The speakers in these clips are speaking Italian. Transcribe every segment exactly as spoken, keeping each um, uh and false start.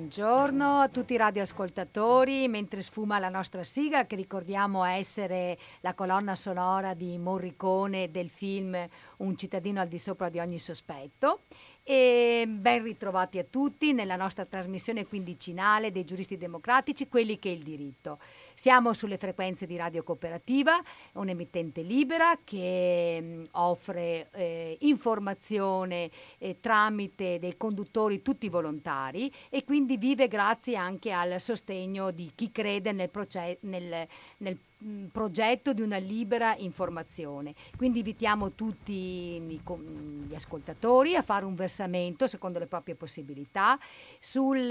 Buongiorno a tutti i radioascoltatori, mentre sfuma la nostra sigla, che ricordiamo essere la colonna sonora di Morricone del film Un cittadino al di sopra di ogni sospetto. E ben ritrovati a tutti nella nostra trasmissione quindicinale dei giuristi democratici, quelli che è il diritto. Siamo sulle frequenze di Radio Cooperativa, un'emittente libera che mh, offre eh, informazione eh, tramite dei conduttori tutti volontari e quindi vive grazie anche al sostegno di chi crede nel, proce- nel, nel mh, progetto di una libera informazione. Quindi invitiamo tutti i, gli ascoltatori a fare un versamento secondo le proprie possibilità sul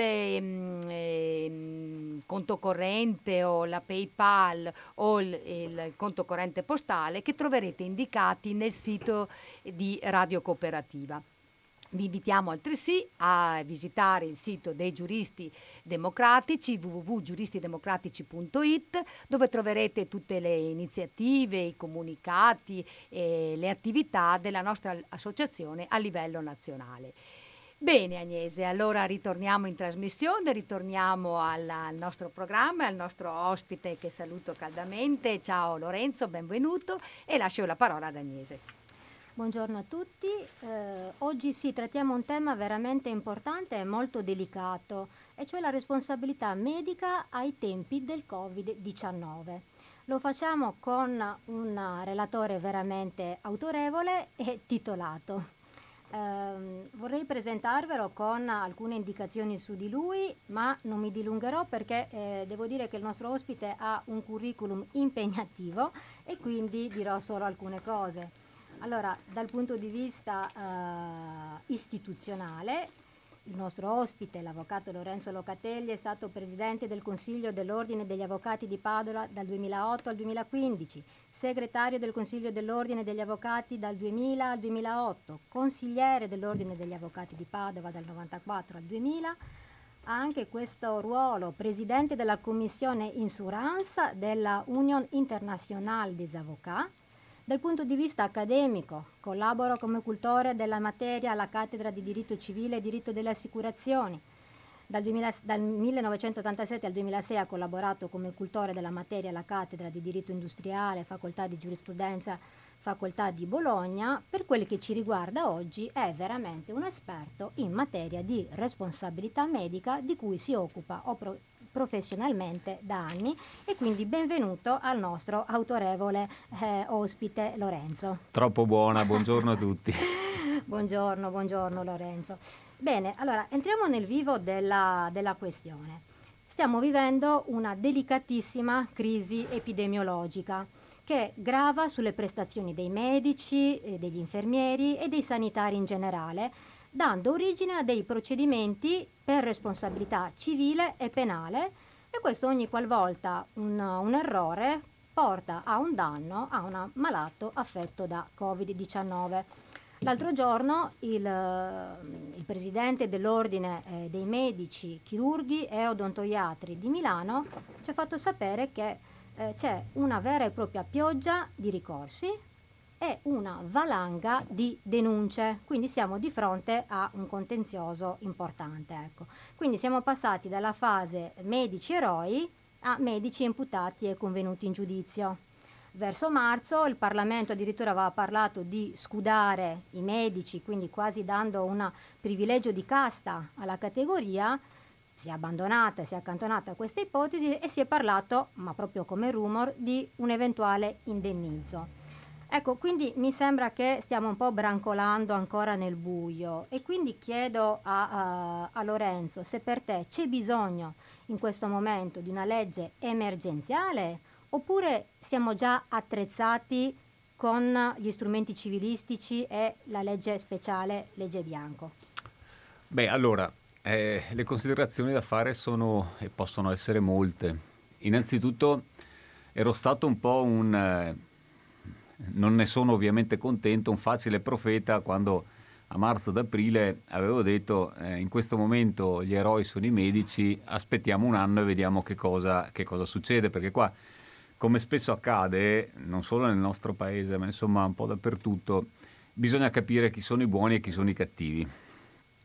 eh, conto corrente o la PayPal o il, il conto corrente postale che troverete indicati nel sito di Radio Cooperativa. Vi invitiamo altresì a visitare il sito dei giuristi democratici w w w punto giuristidemocratici punto i t, dove troverete tutte le iniziative, i comunicati e le attività della nostra associazione a livello nazionale. Bene Agnese, allora ritorniamo in trasmissione, ritorniamo alla- al nostro programma, al nostro ospite che saluto caldamente. Ciao Lorenzo, benvenuto e lascio la parola ad Agnese. Buongiorno a tutti, eh, oggi sì trattiamo un tema veramente importante e molto delicato, e cioè la responsabilità medica ai tempi del covid diciannove. Lo facciamo con un relatore veramente autorevole e titolato. Ehm, vorrei presentarvelo con alcune indicazioni su di lui, ma non mi dilungherò perché eh, devo dire che il nostro ospite ha un curriculum impegnativo e quindi dirò solo alcune cose. Allora, dal punto di vista eh, istituzionale, il nostro ospite, l'avvocato Lorenzo Locatelli, è stato presidente del Consiglio dell'Ordine degli Avvocati di Padova dal duemilaotto al duemilaquindici, segretario del Consiglio dell'Ordine degli Avvocati dal duemila al duemilaotto, consigliere dell'Ordine degli Avvocati di Padova dal novantaquattro al duemila, ha anche questo ruolo presidente della Commissione Insurance della Union Internationale des Avocats. Dal punto di vista accademico, collabora come cultore della materia alla cattedra di diritto civile e diritto delle assicurazioni. Dal, duemila, dal millenovecentottantasette al duemilasei ha collaborato come cultore della materia alla cattedra di diritto industriale, facoltà di giurisprudenza, facoltà di Bologna. Per quel che ci riguarda oggi è veramente un esperto in materia di responsabilità medica di cui si occupa o pro- professionalmente da anni, e quindi benvenuto al nostro autorevole eh, ospite Lorenzo. Troppo buona, buongiorno a tutti. Buongiorno, buongiorno Lorenzo. Bene, allora entriamo nel vivo della, della questione. Stiamo vivendo una delicatissima crisi epidemiologica che grava sulle prestazioni dei medici, eh, degli infermieri e dei sanitari in generale, dando origine a dei procedimenti per responsabilità civile e penale, e questo ogni qualvolta un, un errore porta a un danno a un malato affetto da covid diciannove. L'altro giorno il, il presidente dell'Ordine eh, dei medici, chirurghi e odontoiatri di Milano ci ha fatto sapere che eh, c'è una vera e propria pioggia di ricorsi e una valanga di denunce, quindi siamo di fronte a un contenzioso importante. Ecco. Quindi siamo passati dalla fase medici eroi a medici imputati e convenuti in giudizio. Verso marzo il Parlamento addirittura aveva parlato di scudare i medici, quindi quasi dando un privilegio di casta alla categoria. Si è abbandonata, si è accantonata questa ipotesi e si è parlato, ma proprio come rumor, di un eventuale indennizzo. Ecco, quindi mi sembra che stiamo un po' brancolando ancora nel buio, e quindi chiedo a, a, a Lorenzo se per te c'è bisogno in questo momento di una legge emergenziale, oppure siamo già attrezzati con gli strumenti civilistici e la legge speciale, legge Bianco. Beh, allora, eh, le considerazioni da fare sono e possono essere molte. Innanzitutto ero stato un po' un, eh, non ne sono ovviamente contento, un facile profeta quando a marzo ad aprile avevo detto eh, in questo momento gli eroi sono i medici, aspettiamo un anno e vediamo che cosa, che cosa succede, perché qua, come spesso accade, non solo nel nostro paese, ma insomma un po' dappertutto, bisogna capire chi sono i buoni e chi sono i cattivi.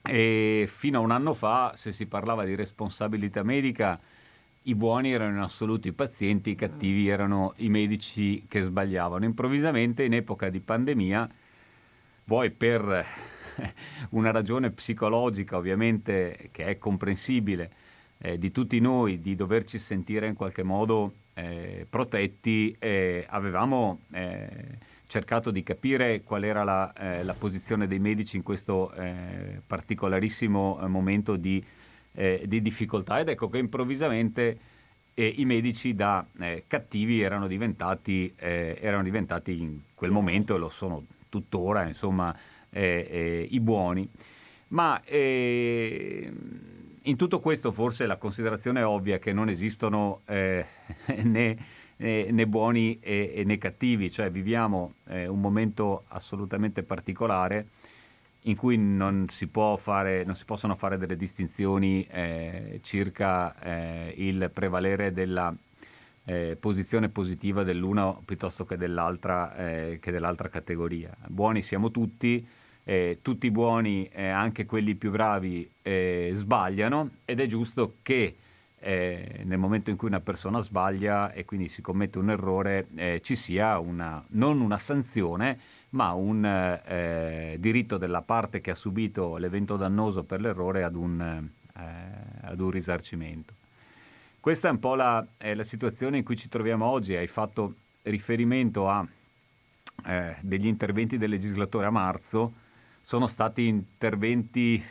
E fino a un anno fa, se si parlava di responsabilità medica, i buoni erano in assoluto i pazienti, i cattivi erano i medici che sbagliavano. Improvvisamente, in epoca di pandemia, vuoi per una ragione psicologica, ovviamente, che è comprensibile, eh, di tutti noi, di doverci sentire in qualche modo eh, protetti, eh, avevamo eh, cercato di capire qual era la, eh, la posizione dei medici in questo eh, particolarissimo eh, momento di, eh, di difficoltà, ed ecco che improvvisamente eh, i medici da eh, cattivi erano diventati, eh, erano diventati in quel momento, e lo sono tuttora, insomma, eh, eh, i buoni. Ma eh, in tutto questo forse la considerazione è ovvia, che non esistono eh, né, né, né buoni e, né cattivi, cioè viviamo eh, un momento assolutamente particolare in cui non si può fare, non si possono fare delle distinzioni eh, circa eh, il prevalere della eh, posizione positiva dell'una piuttosto che dell'altra, eh, che dell'altra categoria. Buoni siamo tutti. Eh, tutti i buoni, eh, anche quelli più bravi, eh, sbagliano, ed è giusto che eh, nel momento in cui una persona sbaglia e quindi si commette un errore eh, ci sia una, non una sanzione, ma un eh, diritto della parte che ha subito l'evento dannoso per l'errore ad un, eh, ad un risarcimento. Questa è un po' la, eh, la situazione in cui ci troviamo oggi. Hai fatto riferimento a eh, degli interventi del legislatore a marzo. Sono stati interventi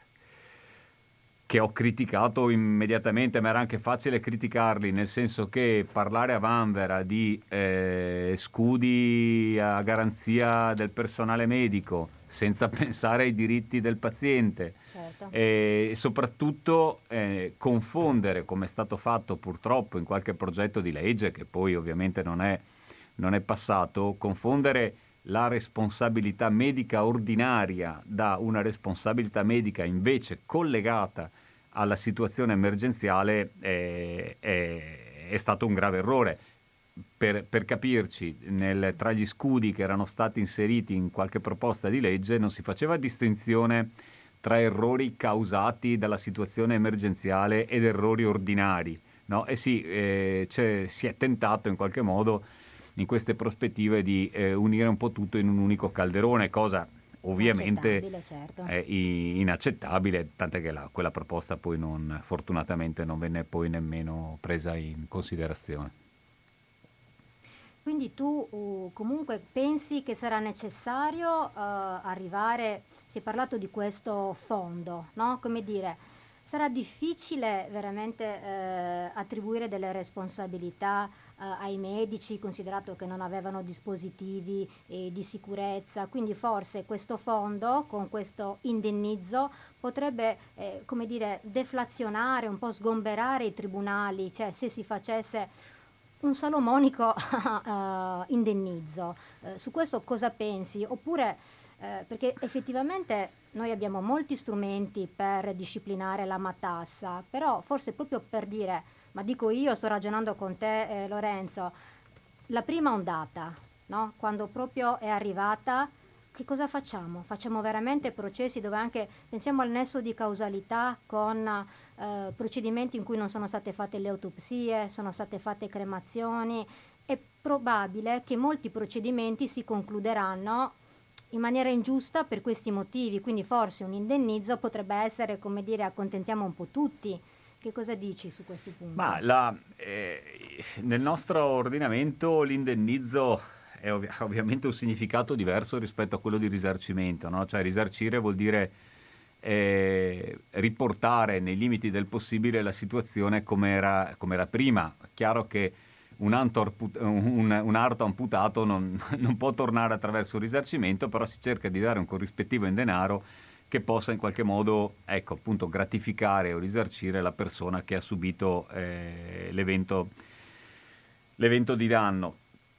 che ho criticato immediatamente, ma era anche facile criticarli, nel senso che parlare a vanvera di eh, scudi a garanzia del personale medico senza pensare ai diritti del paziente, certo. E soprattutto eh, confondere, come è stato fatto purtroppo in qualche progetto di legge che poi ovviamente non è, non è passato, confondere la responsabilità medica ordinaria da una responsabilità medica invece collegata alla situazione emergenziale è, è, è stato un grave errore. Per, per capirci, nel, tra gli scudi che erano stati inseriti in qualche proposta di legge non si faceva distinzione tra errori causati dalla situazione emergenziale ed errori ordinari, no? E sì, eh, si è tentato in qualche modo in queste prospettive di eh, unire un po' tutto in un unico calderone, cosa ovviamente inaccettabile, certo. È inaccettabile, tant'è che la, quella proposta poi non, fortunatamente non venne poi nemmeno presa in considerazione. Quindi tu uh, comunque pensi che sarà necessario uh, arrivare, si è parlato di questo fondo, no? Come dire, sarà difficile veramente eh, attribuire delle responsabilità eh, ai medici, considerato che non avevano dispositivi eh, di sicurezza, quindi forse questo fondo con questo indennizzo potrebbe eh, come dire, deflazionare, un po' sgomberare i tribunali, cioè se si facesse un salomonico uh, indennizzo. Uh, su questo cosa pensi? Oppure Eh, perché effettivamente noi abbiamo molti strumenti per disciplinare la matassa, però forse proprio per dire, ma dico io, sto ragionando con te eh, Lorenzo, la prima ondata, no? Quando proprio è arrivata, che cosa facciamo? Facciamo veramente processi dove anche pensiamo al nesso di causalità con eh, procedimenti in cui non sono state fatte le autopsie, sono state fatte cremazioni. È probabile che molti procedimenti si concluderanno in maniera ingiusta per questi motivi, quindi forse un indennizzo potrebbe essere, come dire, accontentiamo un po' tutti. Che cosa dici su questo punto? Ma la, eh, nel nostro ordinamento l'indennizzo è ov- ovviamente un significato diverso rispetto a quello di risarcimento, no? Cioè risarcire vuol dire eh, riportare nei limiti del possibile la situazione come era, come era prima. Chiaro che Un, arto, un, un arto amputato non, non può tornare attraverso un risarcimento, però si cerca di dare un corrispettivo in denaro che possa in qualche modo, ecco, appunto, gratificare o risarcire la persona che ha subito eh, l'evento, l'evento di danno.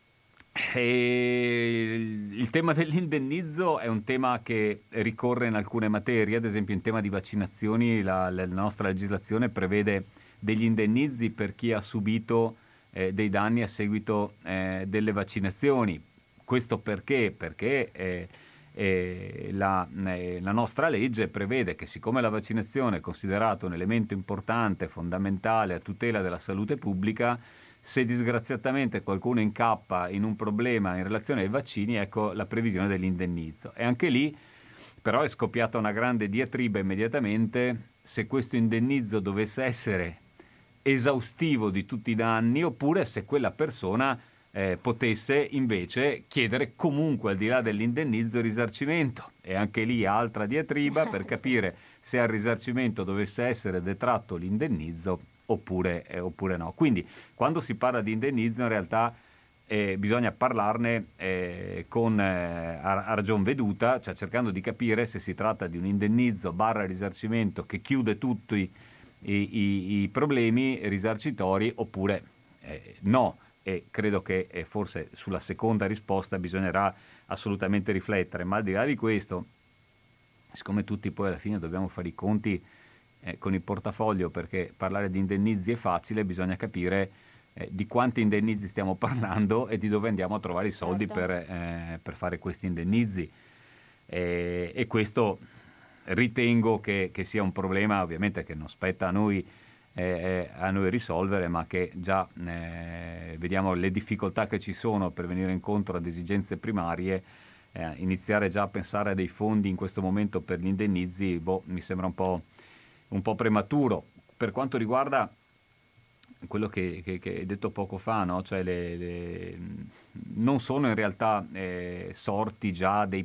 E il tema dell'indennizzo è un tema che ricorre in alcune materie, ad esempio in tema di vaccinazioni la, la nostra legislazione prevede degli indennizi per chi ha subito Eh, dei danni a seguito eh, delle vaccinazioni. Questo perché? Perché eh, eh, la, eh, la nostra legge prevede che, siccome la vaccinazione è considerata un elemento importante, fondamentale a tutela della salute pubblica, se disgraziatamente qualcuno incappa in un problema in relazione ai vaccini, ecco la previsione dell'indennizzo. E anche lì però è scoppiata una grande diatriba immediatamente se questo indennizzo dovesse essere esaustivo di tutti i danni oppure se quella persona eh, potesse invece chiedere comunque, al di là dell'indennizzo, il risarcimento. E anche lì altra diatriba per capire se al risarcimento dovesse essere detratto l'indennizzo oppure, eh, oppure no. Quindi quando si parla di indennizzo in realtà eh, bisogna parlarne eh, con eh, a, a ragion veduta, cioè cercando di capire se si tratta di un indennizzo barra risarcimento che chiude tutti i, i, i problemi risarcitori oppure eh, no. E credo che eh, forse sulla seconda risposta bisognerà assolutamente riflettere, ma al di là di questo, siccome tutti poi alla fine dobbiamo fare i conti eh, con il portafoglio, perché parlare di indennizi è facile, bisogna capire eh, di quanti indennizi stiamo parlando e di dove andiamo a trovare i soldi Certo. per, eh, per fare questi indennizi. E, e questo ritengo che, che sia un problema ovviamente che non spetta a noi, eh, a noi risolvere, ma che già eh, vediamo le difficoltà che ci sono per venire incontro ad esigenze primarie. Eh, iniziare già a pensare a dei fondi in questo momento per gli indennizi, boh, mi sembra un po', un po' prematuro. Per quanto riguarda quello che, che, che hai detto poco fa, no? Cioè le, le, non sono in realtà eh, sorti già dei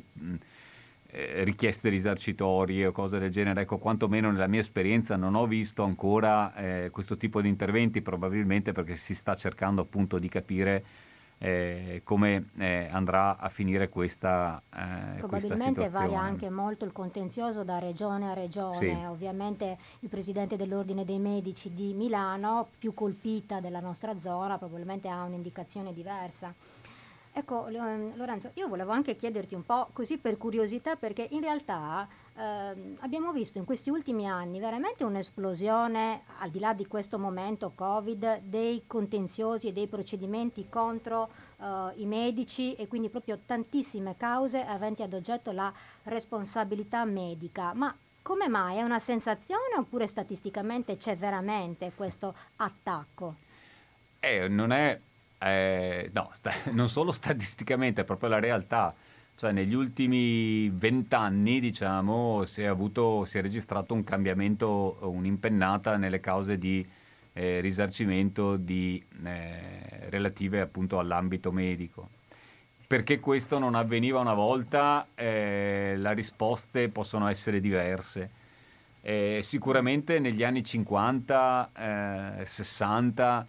eh, richieste risarcitorie o cose del genere. Ecco, quantomeno nella mia esperienza non ho visto ancora eh, questo tipo di interventi, probabilmente perché si sta cercando appunto di capire Eh, come eh, andrà a finire questa, eh, questa Probabilmente situazione. varia anche molto il contenzioso da regione a regione. Sì. Ovviamente il presidente dell'Ordine dei Medici di Milano, più colpita della nostra zona, probabilmente ha un'indicazione diversa. Ecco, Lorenzo, io volevo anche chiederti un po', così per curiosità, perché in realtà ehm, abbiamo visto in questi ultimi anni veramente un'esplosione, al di là di questo momento Covid, dei contenziosi e dei procedimenti contro eh, i medici, e quindi proprio tantissime cause aventi ad oggetto la responsabilità medica. Ma come mai? È una sensazione oppure statisticamente c'è veramente questo attacco? Eh, non è eh, no, sta, non solo statisticamente, è proprio la realtà. Cioè negli ultimi vent'anni, diciamo, si è avuto, si è registrato un cambiamento, un'impennata nelle cause di eh, risarcimento di, eh, relative appunto all'ambito medico. Perché questo non avveniva una volta, eh, le risposte possono essere diverse. Eh, sicuramente negli anni cinquanta, eh, sessanta,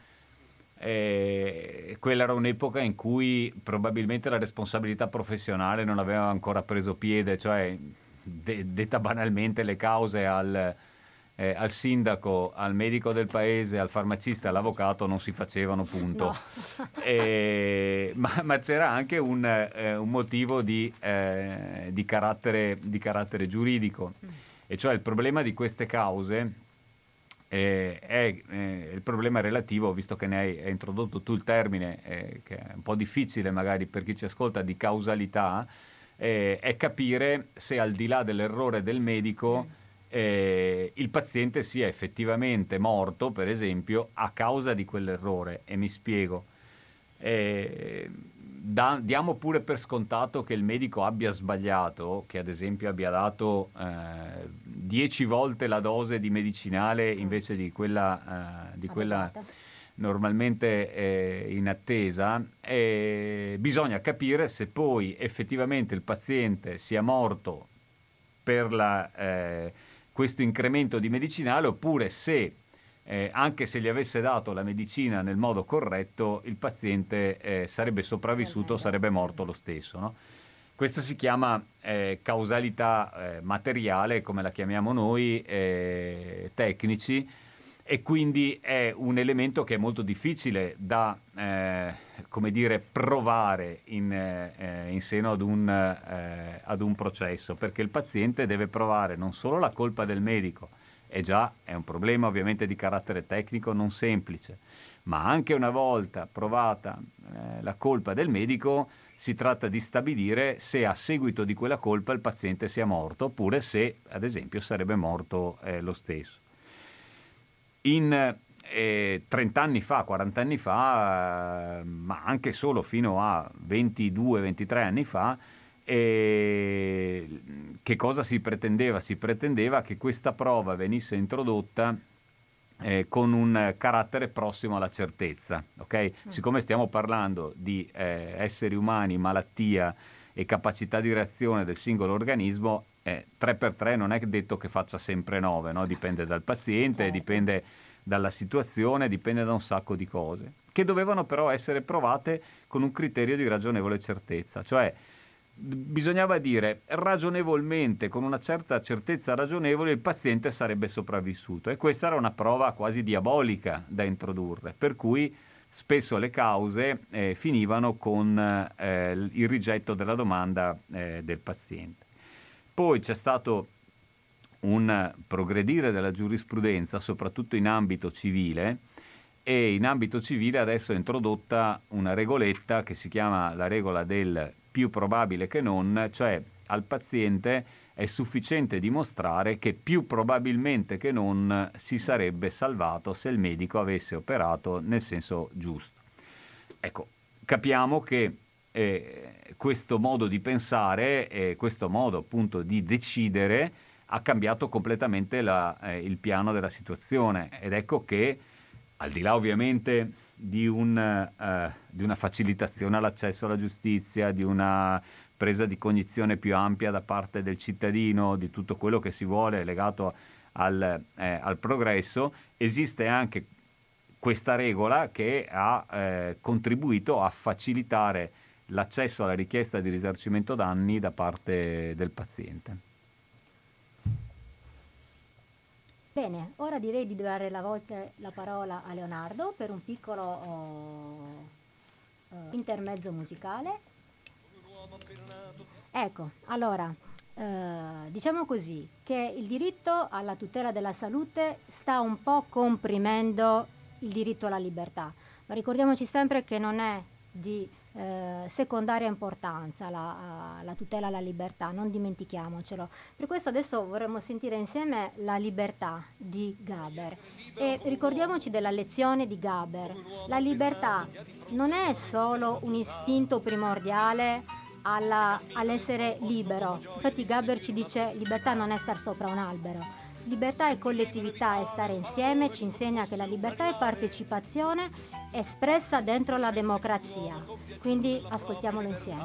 eh, quella era un'epoca in cui probabilmente la responsabilità professionale non aveva ancora preso piede, cioè de- detta banalmente le cause al, eh, al sindaco, al medico del paese, al farmacista, all'avvocato non si facevano, punto. No. Eh, ma, ma c'era anche un, eh, un motivo di, eh, di, carattere, di carattere giuridico, e cioè il problema di queste cause eh, è eh, il problema relativo, visto che ne hai, hai introdotto tu il termine, eh, che è un po' difficile magari per chi ci ascolta, di causalità, eh, è capire se al di là dell'errore del medico eh, il paziente sia effettivamente morto, per esempio, a causa di quell'errore. E mi spiego. Eh, da, diamo pure per scontato che il medico abbia sbagliato, che ad esempio abbia dato eh, dieci volte la dose di medicinale invece di quella, eh, di quella normalmente eh, in attesa. Eh, bisogna capire se poi effettivamente il paziente sia morto per la, eh, questo incremento di medicinale, oppure se Eh, anche se gli avesse dato la medicina nel modo corretto, il paziente eh, sarebbe sopravvissuto, sarebbe morto lo stesso, no? Questa si chiama eh, causalità eh, materiale, come la chiamiamo noi, eh, tecnici, e quindi è un elemento che è molto difficile da, eh, come dire, provare in, eh, in seno ad un, eh, ad un processo, perché il paziente deve provare non solo la colpa del medico, e già è un problema ovviamente di carattere tecnico non semplice, ma anche una volta provata eh, la colpa del medico si tratta di stabilire se a seguito di quella colpa il paziente sia morto oppure se, ad esempio, sarebbe morto eh, lo stesso. In eh, trenta anni fa, quaranta anni fa, eh, ma anche solo fino a ventidue ventitré anni fa, eh, che cosa si pretendeva? Si pretendeva che questa prova venisse introdotta eh, con un carattere prossimo alla certezza, ok? Mm. Siccome stiamo parlando di eh, esseri umani, malattia e capacità di reazione del singolo organismo, eh, tre per tre non è detto che faccia sempre nove, no? Dipende dal paziente, certo. Dipende dalla situazione, dipende da un sacco di cose, che dovevano però essere provate con un criterio di ragionevole certezza, cioè bisognava dire ragionevolmente, con una certa certezza ragionevole, il paziente sarebbe sopravvissuto, e questa era una prova quasi diabolica da introdurre, per cui spesso le cause eh, finivano con eh, il rigetto della domanda eh, del paziente. Poi c'è stato un progredire della giurisprudenza, soprattutto in ambito civile, e in ambito civile adesso è introdotta una regoletta che si chiama la regola del più probabile che non, cioè al paziente è sufficiente dimostrare che più probabilmente che non si sarebbe salvato se il medico avesse operato nel senso giusto. Ecco, capiamo che eh, questo modo di pensare e questo modo appunto di decidere ha cambiato completamente la, eh, il piano della situazione, ed ecco che al di là ovviamente di, un, eh, di una facilitazione all'accesso alla giustizia, di una presa di cognizione più ampia da parte del cittadino, di tutto quello che si vuole legato al, eh, al progresso, esiste anche questa regola che ha eh, contribuito a facilitare l'accesso alla richiesta di risarcimento danni da parte del paziente. Bene, ora direi di dare la, volta, la parola a Leonardo per un piccolo oh, oh, intermezzo musicale. Ecco, allora, eh, diciamo così, che il diritto alla tutela della salute sta un po' comprimendo il diritto alla libertà, ma ricordiamoci sempre che non è di eh, secondaria importanza la, la tutela alla libertà, non dimentichiamocelo. Per questo adesso vorremmo sentire insieme La libertà di Gaber, e ricordiamoci della lezione di Gaber. La libertà non è solo un istinto primordiale alla, all'essere libero. Infatti Gaber ci dice: libertà non è star sopra un albero. Libertà è collettività, è stare insieme, ci insegna che la libertà è partecipazione espressa dentro la democrazia. Quindi ascoltiamolo insieme.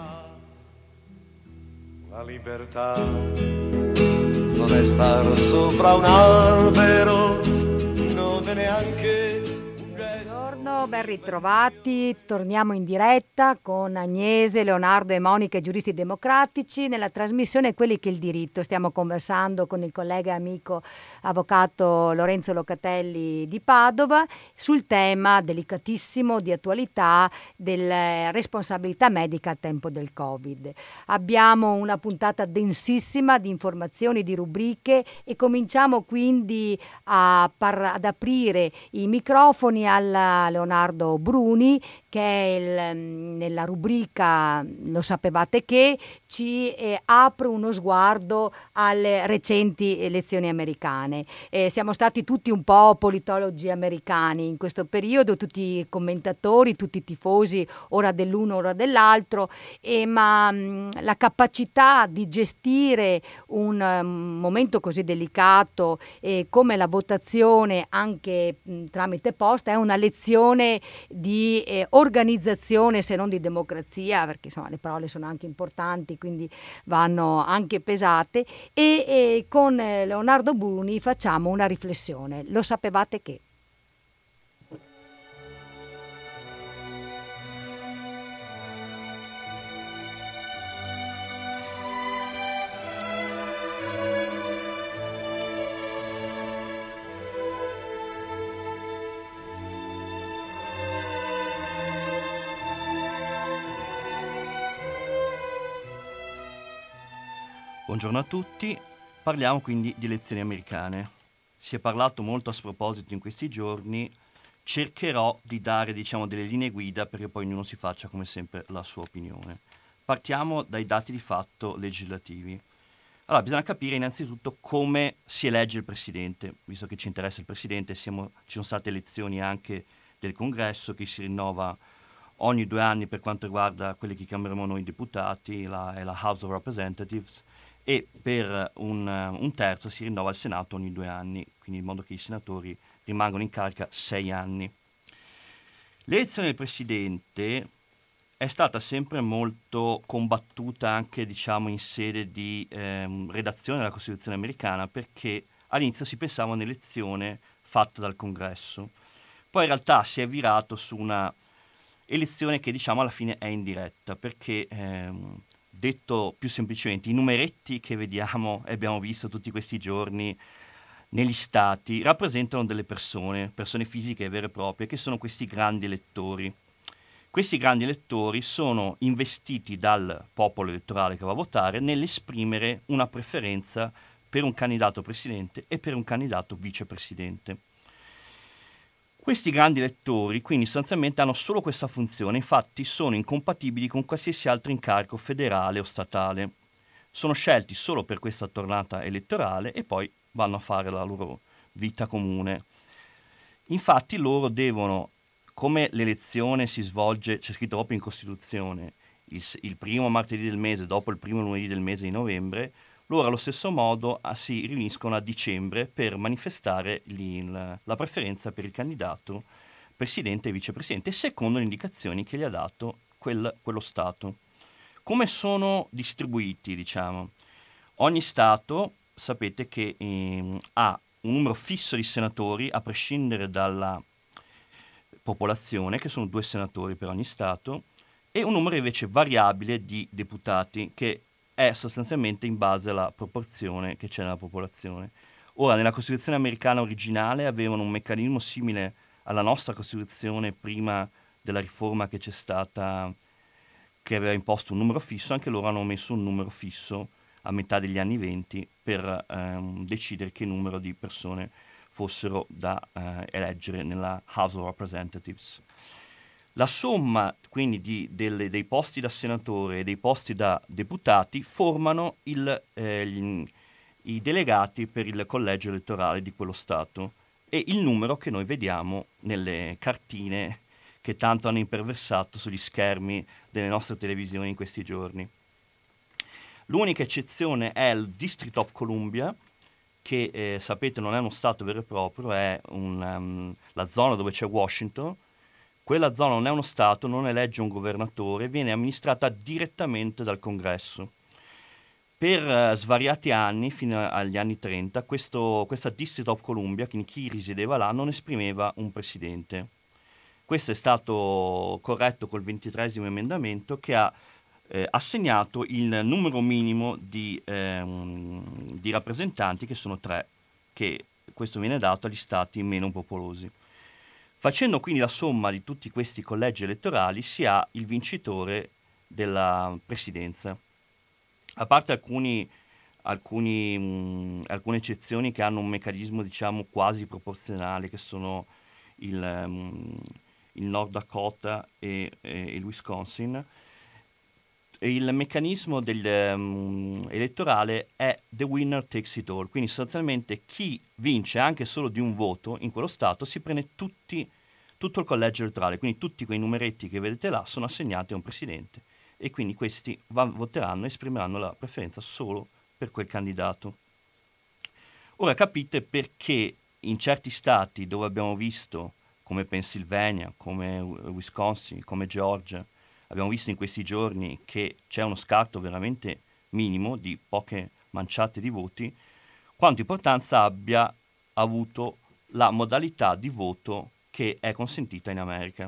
La libertà non è stare sopra un albero, non è neanche un gesto. Buongiorno, ben ritrovati. Torniamo in diretta con Agnese, Leonardo e Monica, giuristi democratici, nella trasmissione Quelli che il diritto. Stiamo conversando con il collega e amico avvocato Lorenzo Locatelli di Padova sul tema delicatissimo di attualità della responsabilità medica a tempo del Covid. Abbiamo una puntata densissima di informazioni, di rubriche, e cominciamo quindi a par- ad aprire i microfoni alla Leonardo Bruni, che è il, nella rubrica Lo sapevate che ci eh, apre uno sguardo alle recenti elezioni americane. Eh, siamo stati tutti un po' politologi americani in questo periodo, tutti i commentatori, tutti i tifosi, ora dell'uno, ora dell'altro, eh, ma mh, la capacità di gestire un um, momento così delicato eh, come la votazione anche mh, tramite posta è una lezione di eh, organizzazione, se non di democrazia, perché insomma le parole sono anche importanti, quindi vanno anche pesate, e, e con eh, Leonardo Bruni facciamo una riflessione. Lo sapevate che? Buongiorno a tutti, parliamo quindi di elezioni americane. Si è parlato molto a sproposito in questi giorni, cercherò di dare diciamo delle linee guida perché poi ognuno si faccia come sempre la sua opinione. partiamo dai dati di fatto legislativi. Allora, bisogna capire innanzitutto come si elegge il Presidente, visto che ci interessa il Presidente, siamo, ci sono state elezioni anche del Congresso che si rinnova ogni due anni per quanto riguarda quelli che chiameremo noi deputati, la, è la House of Representatives, e per un, un terzo si rinnova il Senato ogni due anni, quindi in modo che i senatori rimangono in carica sei anni. L'elezione del Presidente è stata sempre molto combattuta anche, diciamo, in sede di ehm, redazione della Costituzione americana, perché all'inizio si pensava a un'elezione fatta dal Congresso. Poi in realtà si è virato su una elezione che, diciamo, alla fine è indiretta, perché ehm, detto più semplicemente, i numeretti che vediamo e abbiamo visto tutti questi giorni negli stati rappresentano delle persone, persone fisiche vere e proprie, che sono questi grandi elettori. Questi grandi elettori sono investiti dal popolo elettorale che va a votare nell'esprimere una preferenza per un candidato presidente e per un candidato vicepresidente. Questi grandi elettori quindi sostanzialmente hanno solo questa funzione, infatti sono incompatibili con qualsiasi altro incarico federale o statale. Sono scelti solo per questa tornata elettorale e poi vanno a fare la loro vita comune. Infatti loro devono, come l'elezione si svolge, c'è scritto proprio in Costituzione, il, il primo martedì del mese dopo il primo lunedì del mese di novembre, loro allo stesso modo ah, si riuniscono a dicembre per manifestare il, la preferenza per il candidato presidente e vicepresidente, secondo le indicazioni che gli ha dato quel, quello Stato. Come sono distribuiti, diciamo? Ogni Stato, sapete che eh, ha un numero fisso di senatori, a prescindere dalla popolazione, che sono due senatori per ogni Stato, e un numero invece variabile di deputati, che è sostanzialmente in base alla proporzione che c'è nella popolazione. Ora, nella Costituzione americana originale avevano un meccanismo simile alla nostra Costituzione prima della riforma che c'è stata, che aveva imposto un numero fisso. Anche loro hanno messo un numero fisso a metà degli anni venti per ehm, decidere che numero di persone fossero da eh, eleggere nella House of Representatives. La somma quindi di, delle, dei posti da senatore e dei posti da deputati formano il, eh, gli, i delegati per il collegio elettorale di quello Stato, e il numero che noi vediamo nelle cartine che tanto hanno imperversato sugli schermi delle nostre televisioni in questi giorni. L'unica eccezione è il District of Columbia, che eh, sapete non è uno Stato vero e proprio, è un, um, la zona dove c'è Washington. Quella zona non è uno Stato, non elegge un governatore, viene amministrata direttamente dal Congresso. Per uh, svariati anni, fino agli anni trenta, questo, questa District of Columbia, quindi chi risiedeva là, non esprimeva un presidente. Questo è stato corretto col ventitreesimo emendamento, che ha eh, assegnato il numero minimo di, ehm, di rappresentanti, che sono tre, che questo viene dato agli stati meno popolosi. Facendo quindi la somma di tutti questi collegi elettorali si ha il vincitore della presidenza. A parte alcuni, alcuni, mh, alcune eccezioni che hanno un meccanismo, diciamo, quasi proporzionale, che sono il, mh, il North Dakota e, e il Wisconsin, e il meccanismo del, um, elettorale è the winner takes it all, quindi sostanzialmente chi vince anche solo di un voto in quello Stato si prende tutti, tutto il collegio elettorale, quindi tutti quei numeretti che vedete là sono assegnati a un presidente, e quindi questi va, voteranno e esprimeranno la preferenza solo per quel candidato. Ora capite perché in certi stati dove abbiamo visto, come Pennsylvania, come Wisconsin, come Georgia, abbiamo visto in questi giorni che c'è uno scarto veramente minimo di poche manciate di voti, quanto importanza abbia avuto la modalità di voto che è consentita in America.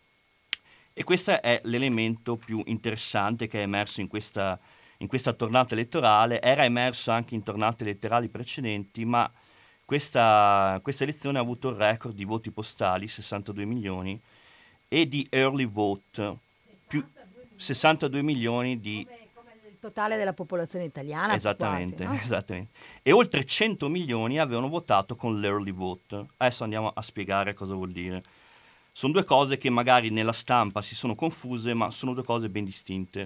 E questo è l'elemento più interessante che è emerso in questa, in questa tornata elettorale. Era emerso anche in tornate elettorali precedenti, ma questa, questa elezione ha avuto il record di voti postali, sessantadue milioni, e di early vote, più sessantadue milioni di... Come, come il totale della popolazione italiana. Esattamente, quasi, no? esattamente. E oltre cento milioni avevano votato con l'early vote. Adesso andiamo a spiegare cosa vuol dire. Sono due cose che magari nella stampa si sono confuse, ma sono due cose ben distinte.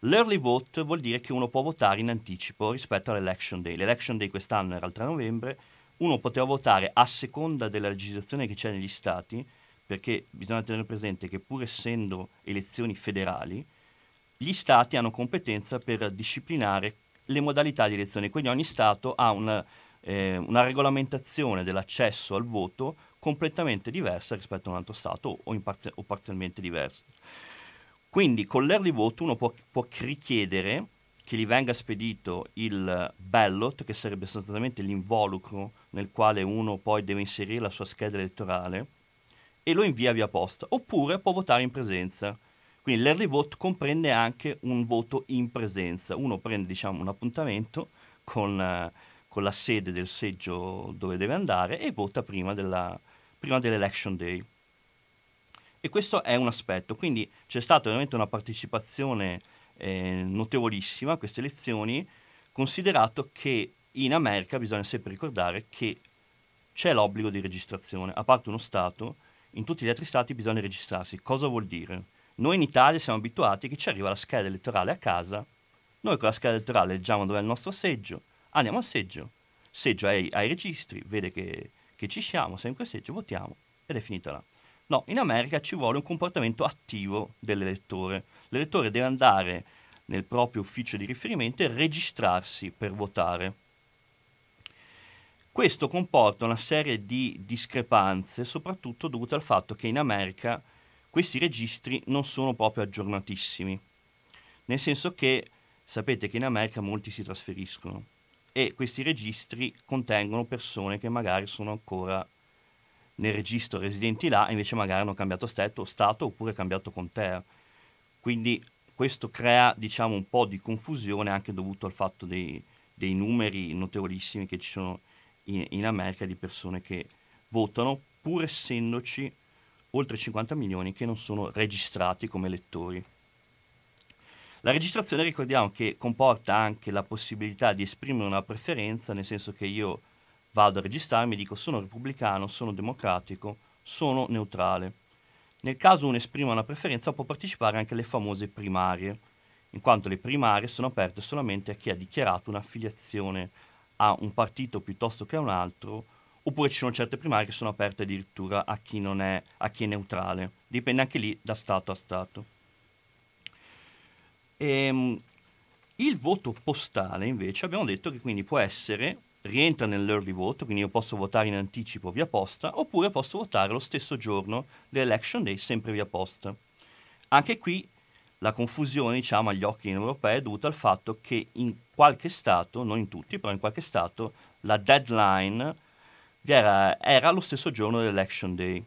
L'early vote vuol dire che uno può votare in anticipo rispetto all'election day. L'election day quest'anno era il tre novembre, uno poteva votare a seconda della legislazione che c'è negli stati, perché bisogna tenere presente che pur essendo elezioni federali, gli stati hanno competenza per disciplinare le modalità di elezione, quindi ogni stato ha una, eh, una regolamentazione dell'accesso al voto completamente diversa rispetto a un altro stato o, in parzi- o parzialmente diversa. Quindi con l'early vote uno può, può richiedere che gli venga spedito il ballot, che sarebbe sostanzialmente l'involucro nel quale uno poi deve inserire la sua scheda elettorale, e lo invia via posta, oppure può votare in presenza. Quindi l'early vote comprende anche un voto in presenza. Uno prende, diciamo, un appuntamento con, uh, con la sede del seggio dove deve andare e vota prima, della, prima dell'election day. E questo è un aspetto. Quindi c'è stata veramente una partecipazione eh, notevolissima a queste elezioni, considerato che in America bisogna sempre ricordare che c'è l'obbligo di registrazione. A parte uno Stato, in tutti gli altri Stati bisogna registrarsi. Cosa vuol dire? Noi in Italia siamo abituati che ci arriva la scheda elettorale a casa, noi con la scheda elettorale leggiamo dove è il nostro seggio, andiamo al seggio, seggio ai, ai registri, vede che, che ci siamo, siamo in quel seggio, votiamo ed è finita là. No, in America ci vuole un comportamento attivo dell'elettore. L'elettore deve andare nel proprio ufficio di riferimento e registrarsi per votare. Questo comporta una serie di discrepanze, soprattutto dovute al fatto che in America questi registri non sono proprio aggiornatissimi, nel senso che sapete che in America molti si trasferiscono e questi registri contengono persone che magari sono ancora nel registro residenti là e invece magari hanno cambiato stato, stato oppure cambiato contea. Quindi questo crea, diciamo, un po' di confusione anche dovuto al fatto dei, dei numeri notevolissimi che ci sono in, in America di persone che votano, pur essendoci oltre cinquanta milioni che non sono registrati come elettori. La registrazione, ricordiamo, che comporta anche la possibilità di esprimere una preferenza, nel senso che io vado a registrarmi e dico sono repubblicano, sono democratico, sono neutrale. Nel caso uno esprima una preferenza può partecipare anche alle famose primarie, in quanto le primarie sono aperte solamente a chi ha dichiarato un'affiliazione a un partito piuttosto che a un altro, oppure ci sono certe primarie che sono aperte addirittura a chi non è, a chi è neutrale. Dipende anche lì da stato a stato. Ehm, il voto postale invece abbiamo detto che quindi può essere, rientra nell'early vote, quindi io posso votare in anticipo via posta, oppure posso votare lo stesso giorno dell'election day sempre via posta. Anche qui la confusione, diciamo, agli occhi europei è dovuta al fatto che in qualche stato, non in tutti, però in qualche stato, la deadline Era, era lo stesso giorno dell'election day.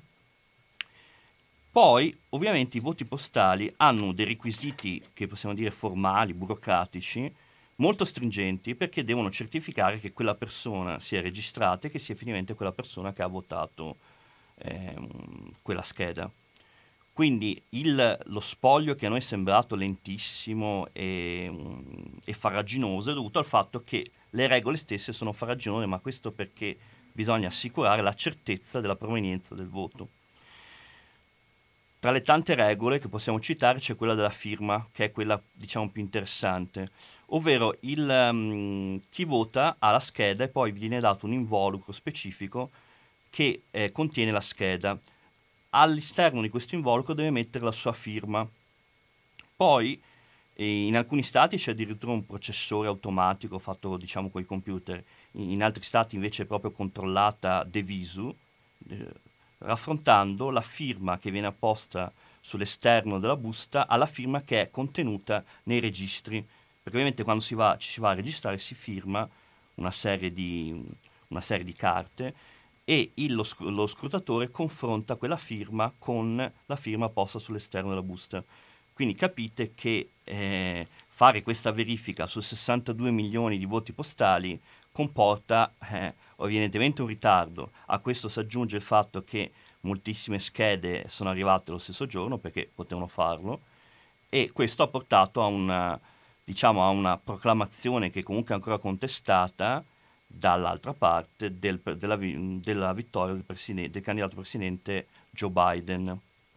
Poi, ovviamente, i voti postali hanno dei requisiti che possiamo dire formali, burocratici, molto stringenti, perché devono certificare che quella persona sia registrata e che sia effettivamente quella persona che ha votato ehm, quella scheda. Quindi il, lo spoglio che a noi è sembrato lentissimo e, e farraginoso è dovuto al fatto che le regole stesse sono farraginose, ma questo perché bisogna assicurare la certezza della provenienza del voto. Tra le tante regole che possiamo citare c'è quella della firma, che è quella, diciamo, più interessante, ovvero il, um, chi vota ha la scheda e poi vi viene dato un involucro specifico che eh, contiene la scheda. All'esterno di questo involucro deve mettere la sua firma. Poi eh, in alcuni stati c'è addirittura un processore automatico fatto, diciamo, con i computer. In altri stati invece è proprio controllata de visu, eh, raffrontando la firma che viene apposta sull'esterno della busta alla firma che è contenuta nei registri, perché ovviamente quando si va, ci si va a registrare si firma una serie di, una serie di carte e il, lo, sc- lo scrutatore confronta quella firma con la firma posta sull'esterno della busta. Quindi capite che eh, fare questa verifica su sessantadue milioni di voti postali comporta eh, evidentemente un ritardo. A questo si aggiunge il fatto che moltissime schede sono arrivate lo stesso giorno perché potevano farlo, e questo ha portato a una, diciamo, a una proclamazione che comunque è ancora contestata dall'altra parte del, della, della vittoria del, presiden- del candidato presidente Joe Biden.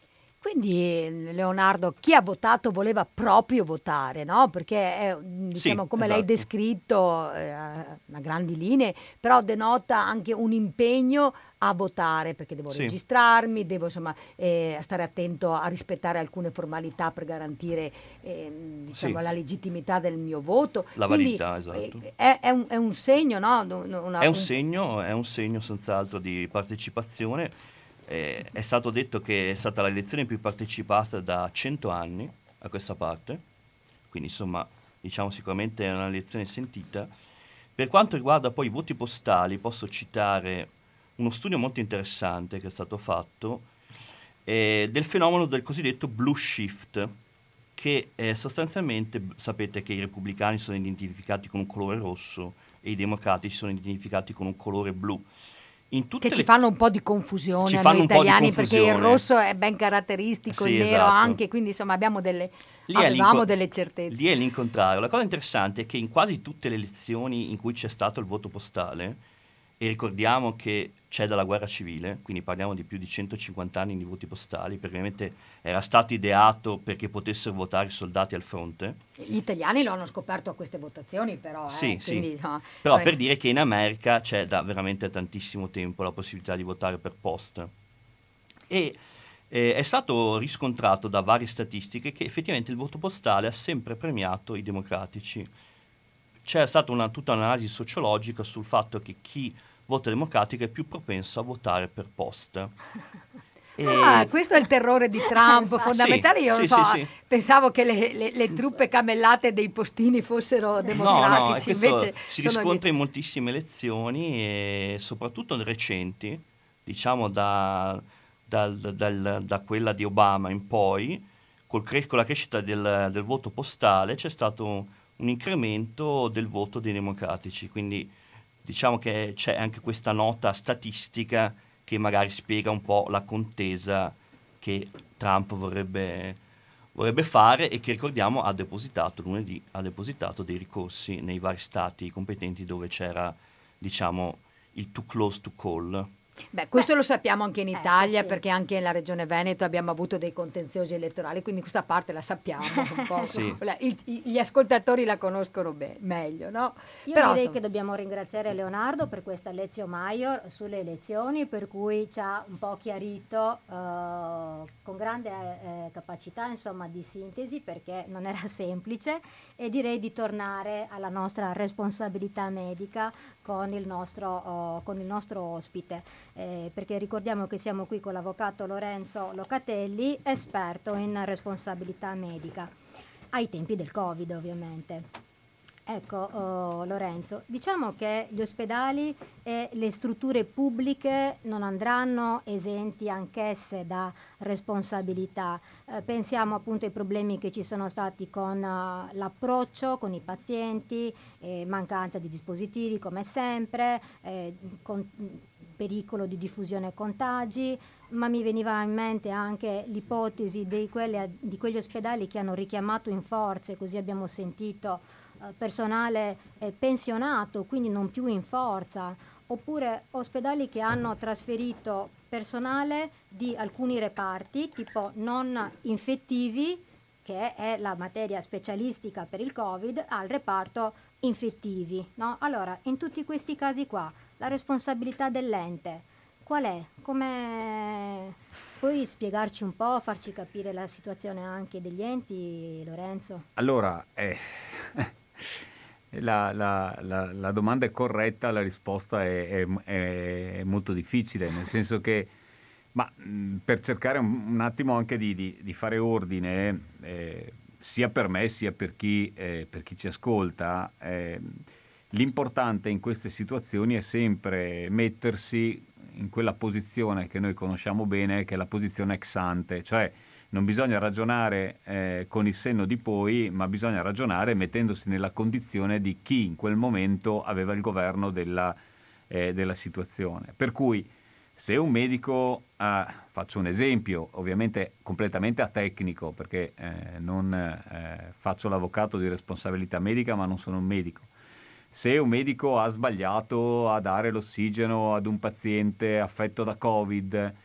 Quindi Leonardo, chi ha votato voleva proprio votare, no? Perché è, diciamo, Sì, come esatto. l'hai descritto, eh, a grandi linee, però denota anche un impegno a votare, perché devo Sì. registrarmi, devo insomma eh, stare attento a rispettare alcune formalità per garantire eh, diciamo, Sì. la legittimità del mio voto. La Quindi validità, esatto. eh, è, è un, è un segno, no? Una- È un un- segno, è un segno senz'altro di partecipazione. Eh, è stato detto che è stata l'elezione più partecipata da cento anni a questa parte, quindi insomma diciamo sicuramente è un'elezione sentita. Per quanto riguarda poi i voti postali, posso citare uno studio molto interessante che è stato fatto eh, del fenomeno del cosiddetto blue shift, che eh, sostanzialmente b- sapete che i repubblicani sono identificati con un colore rosso e i democratici sono identificati con un colore blu. In tutte Che ci le- fanno un po' di confusione Ci a fanno noi un po' di italiani, perché il confusione. rosso è ben caratteristico, Sì, il nero esatto. anche, quindi insomma abbiamo delle, Lì è avevamo l'inco- delle certezze. Lì è l'incontrario. La cosa interessante è che in quasi tutte le elezioni in cui c'è stato il voto postale, e ricordiamo che c'è dalla guerra civile, quindi parliamo di più di centocinquanta anni di voti postali, perché ovviamente era stato ideato perché potessero votare i soldati al fronte. Gli italiani lo hanno scoperto a queste votazioni, però. eh, Sì, sì. quindi, insomma, Però vabbè. per dire che in America c'è da veramente tantissimo tempo la possibilità di votare per posta. E eh, è stato riscontrato da varie statistiche che effettivamente il voto postale ha sempre premiato i democratici. C'è stata una, tutta un'analisi sociologica sul fatto che chi vota democratico è più propenso a votare per posta. E- Ah, questo è il terrore di Trump, Infatti. fondamentale. Io Sì, non sì, so, sì, sì. pensavo che le, le- le truppe camellate dei postini fossero No, no, e democratici, questo invece si sono gli- riscontra in moltissime elezioni e soprattutto recenti, diciamo da, dal- dal- da quella di Obama in poi, col cre- con la crescita del, del voto postale c'è stato un incremento del voto dei democratici, quindi diciamo che c'è anche questa nota statistica che magari spiega un po' la contesa che Trump vorrebbe, vorrebbe fare e che ricordiamo ha depositato lunedì, ha depositato dei ricorsi nei vari stati competenti dove c'era, diciamo, il too close to call. Beh, questo lo sappiamo anche in ecco, Italia, sì. perché anche nella regione Veneto abbiamo avuto dei contenziosi elettorali, quindi questa parte la sappiamo un po'. Sì. La- i- i- gli ascoltatori la conoscono be- meglio, no? Io Però, direi insomma, che dobbiamo ringraziare Leonardo per questa lezione Maior sulle elezioni, per cui ci ha un po' chiarito eh, con grande eh, capacità insomma, di sintesi, perché non era semplice, e direi di tornare alla nostra responsabilità medica con il nostro, eh, con il nostro ospite, eh, perché ricordiamo che siamo qui con l'avvocato Lorenzo Locatelli, esperto in responsabilità medica, ai tempi del Covid ovviamente. Ecco, oh, Lorenzo, diciamo che gli ospedali e le strutture pubbliche non andranno esenti anch'esse da responsabilità. Eh, pensiamo appunto ai problemi che ci sono stati con uh, l'approccio con i pazienti, eh, mancanza di dispositivi come sempre, eh, con, pericolo di diffusione contagi, ma mi veniva in mente anche l'ipotesi di, quelle, di quegli ospedali che hanno richiamato in forze, così abbiamo sentito, eh, personale eh, pensionato, quindi non più in forza, oppure ospedali che hanno trasferito personale di alcuni reparti, tipo non infettivi, che è la materia specialistica per il Covid, al reparto infettivi, no? Allora, in tutti questi casi qua, la responsabilità dell'ente qual è? Come puoi spiegarci un po', farci capire la situazione anche degli enti, Lorenzo? Allora, eh, la, la- la- la domanda è corretta, la risposta è, è- è molto difficile, nel senso che, ma mh, per cercare un, un attimo anche di, di- di fare ordine, eh, sia per me sia per chi, eh, per chi ci ascolta, eh, l'importante in queste situazioni è sempre mettersi in quella posizione che noi conosciamo bene, che è la posizione ex ante, cioè non bisogna ragionare eh, con il senno di poi, ma bisogna ragionare mettendosi nella condizione di chi in quel momento aveva il governo della, eh, della situazione. Per cui se un medico, ah, faccio un esempio, ovviamente completamente atecnico, perché eh, non eh, faccio l'avvocato di responsabilità medica, ma non sono un medico. Se un medico ha sbagliato a dare l'ossigeno ad un paziente affetto da Covid,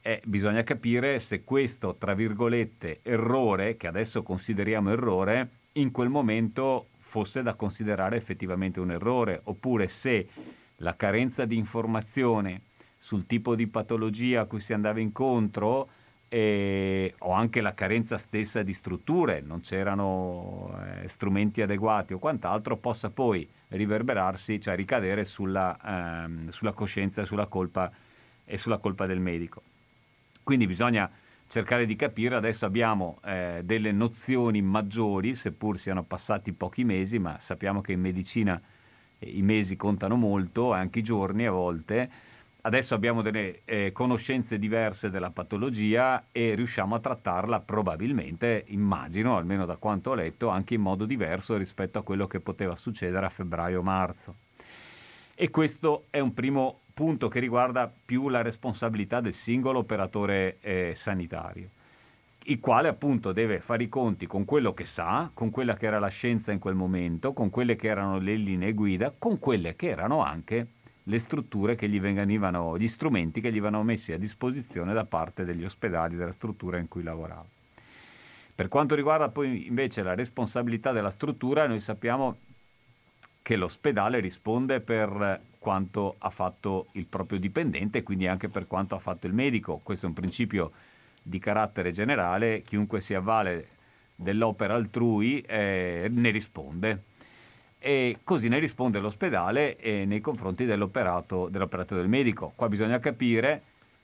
eh, bisogna capire se questo, tra virgolette, errore, che adesso consideriamo errore, in quel momento fosse da considerare effettivamente un errore, oppure se la carenza di informazione sul tipo di patologia a cui si andava incontro eh, o anche la carenza stessa di strutture, non c'erano eh, strumenti adeguati o quant'altro, possa poi riverberarsi, cioè ricadere sulla, ehm, sulla coscienza e sulla colpa e sulla colpa del medico. Quindi bisogna cercare di capire. Adesso abbiamo eh, delle nozioni maggiori, seppur siano passati pochi mesi, ma sappiamo che in medicina eh, i mesi contano molto, anche i giorni a volte. Adesso abbiamo delle eh, conoscenze diverse della patologia e riusciamo a trattarla probabilmente, immagino, almeno da quanto ho letto, anche in modo diverso rispetto a quello che poteva succedere a febbraio-marzo. E questo è un primo punto che riguarda più la responsabilità del singolo operatore eh, sanitario, il quale appunto deve fare i conti con quello che sa, con quella che era la scienza in quel momento, con quelle che erano le linee guida, con quelle che erano anche le strutture che gli venivano, gli strumenti che gli venivano messi a disposizione da parte degli ospedali, della struttura in cui lavorava. Per quanto riguarda poi invece la responsabilità della struttura, noi sappiamo che l'ospedale risponde per quanto ha fatto il proprio dipendente, quindi anche per quanto ha fatto il medico. Questo è un principio di carattere generale, chiunque si avvale dell'opera altrui eh, ne risponde. E così ne risponde l'ospedale eh, nei confronti dell'operato, dell'operato del medico. Qua bisogna capire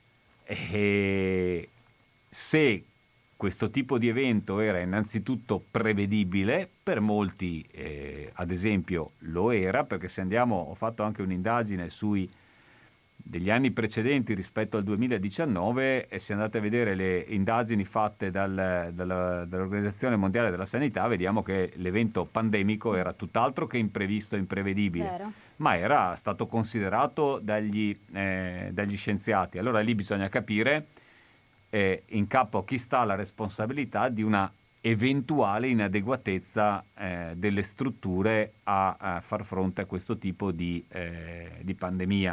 eh, se questo tipo di evento era innanzitutto prevedibile, per molti eh, ad esempio lo era, perché se andiamo, ho fatto anche un'indagine sui degli anni precedenti rispetto al duemiladiciannove e se andate a vedere le indagini fatte dal, dalla, dall'Organizzazione Mondiale della Sanità, vediamo che l'evento pandemico era tutt'altro che imprevisto e imprevedibile, Vero. ma era stato considerato dagli, eh, dagli scienziati. Allora lì bisogna capire eh, in capo a chi sta la responsabilità di una eventuale inadeguatezza eh, delle strutture a, a far fronte a questo tipo di, eh, di pandemia.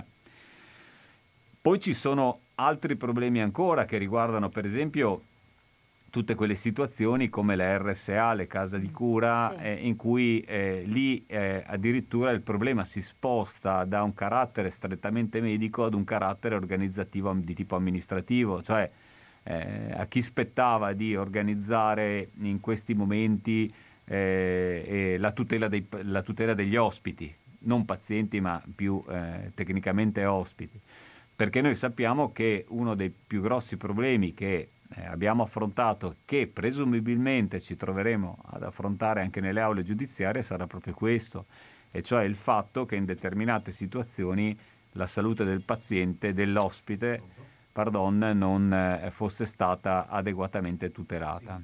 Poi ci sono altri problemi ancora che riguardano per esempio tutte quelle situazioni come le R S A, le case di cura, sì. eh, in cui eh, lì eh, addirittura il problema si sposta da un carattere strettamente medico ad un carattere organizzativo di tipo amministrativo, cioè eh, a chi spettava di organizzare in questi momenti eh, eh, la, tutela dei, la tutela degli ospiti, non pazienti ma più eh, tecnicamente ospiti. Perché noi sappiamo che uno dei più grossi problemi che eh, abbiamo affrontato, che presumibilmente ci troveremo ad affrontare anche nelle aule giudiziarie, sarà proprio questo, e cioè il fatto che in determinate situazioni la salute del paziente, dell'ospite, pardon, non eh, fosse stata adeguatamente tutelata.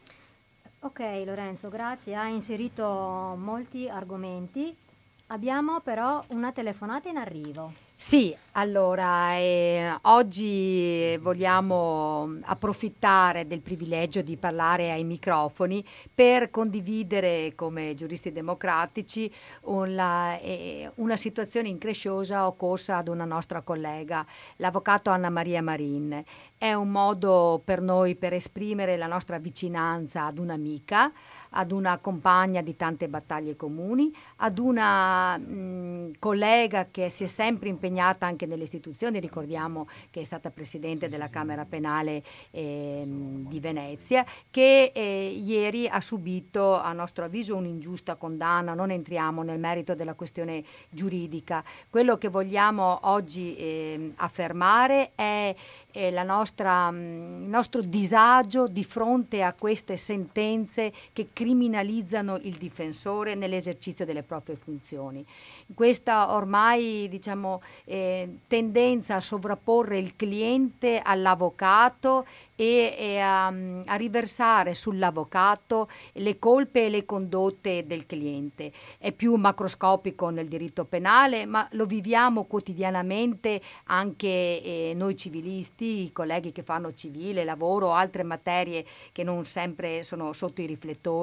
Ok Lorenzo, grazie, hai inserito molti argomenti. Abbiamo però una telefonata in arrivo. Sì, allora eh, oggi vogliamo approfittare del privilegio di parlare ai microfoni per condividere come giuristi democratici una, eh, una situazione incresciosa occorsa ad una nostra collega, l'avvocato Anna Maria Marin. È un modo per noi per esprimere la nostra vicinanza ad un'amica, ad una compagna di tante battaglie comuni, ad una mh, collega che si è sempre impegnata anche nelle istituzioni. Ricordiamo che è stata presidente della Camera Penale eh, di Venezia, che eh, ieri ha subito, a nostro avviso, un'ingiusta condanna. Non entriamo nel merito della questione giuridica. Quello che vogliamo oggi eh, affermare è eh, la nostra, mh, il nostro disagio di fronte a queste sentenze che criminalizzano il difensore nell'esercizio delle proprie funzioni. Questa ormai diciamo, eh, tendenza a sovrapporre il cliente all'avvocato e, e a, a riversare sull'avvocato le colpe e le condotte del cliente. È più macroscopico nel diritto penale, ma lo viviamo quotidianamente anche eh, noi civilisti, i colleghi che fanno civile, lavoro, altre materie che non sempre sono sotto i riflettori.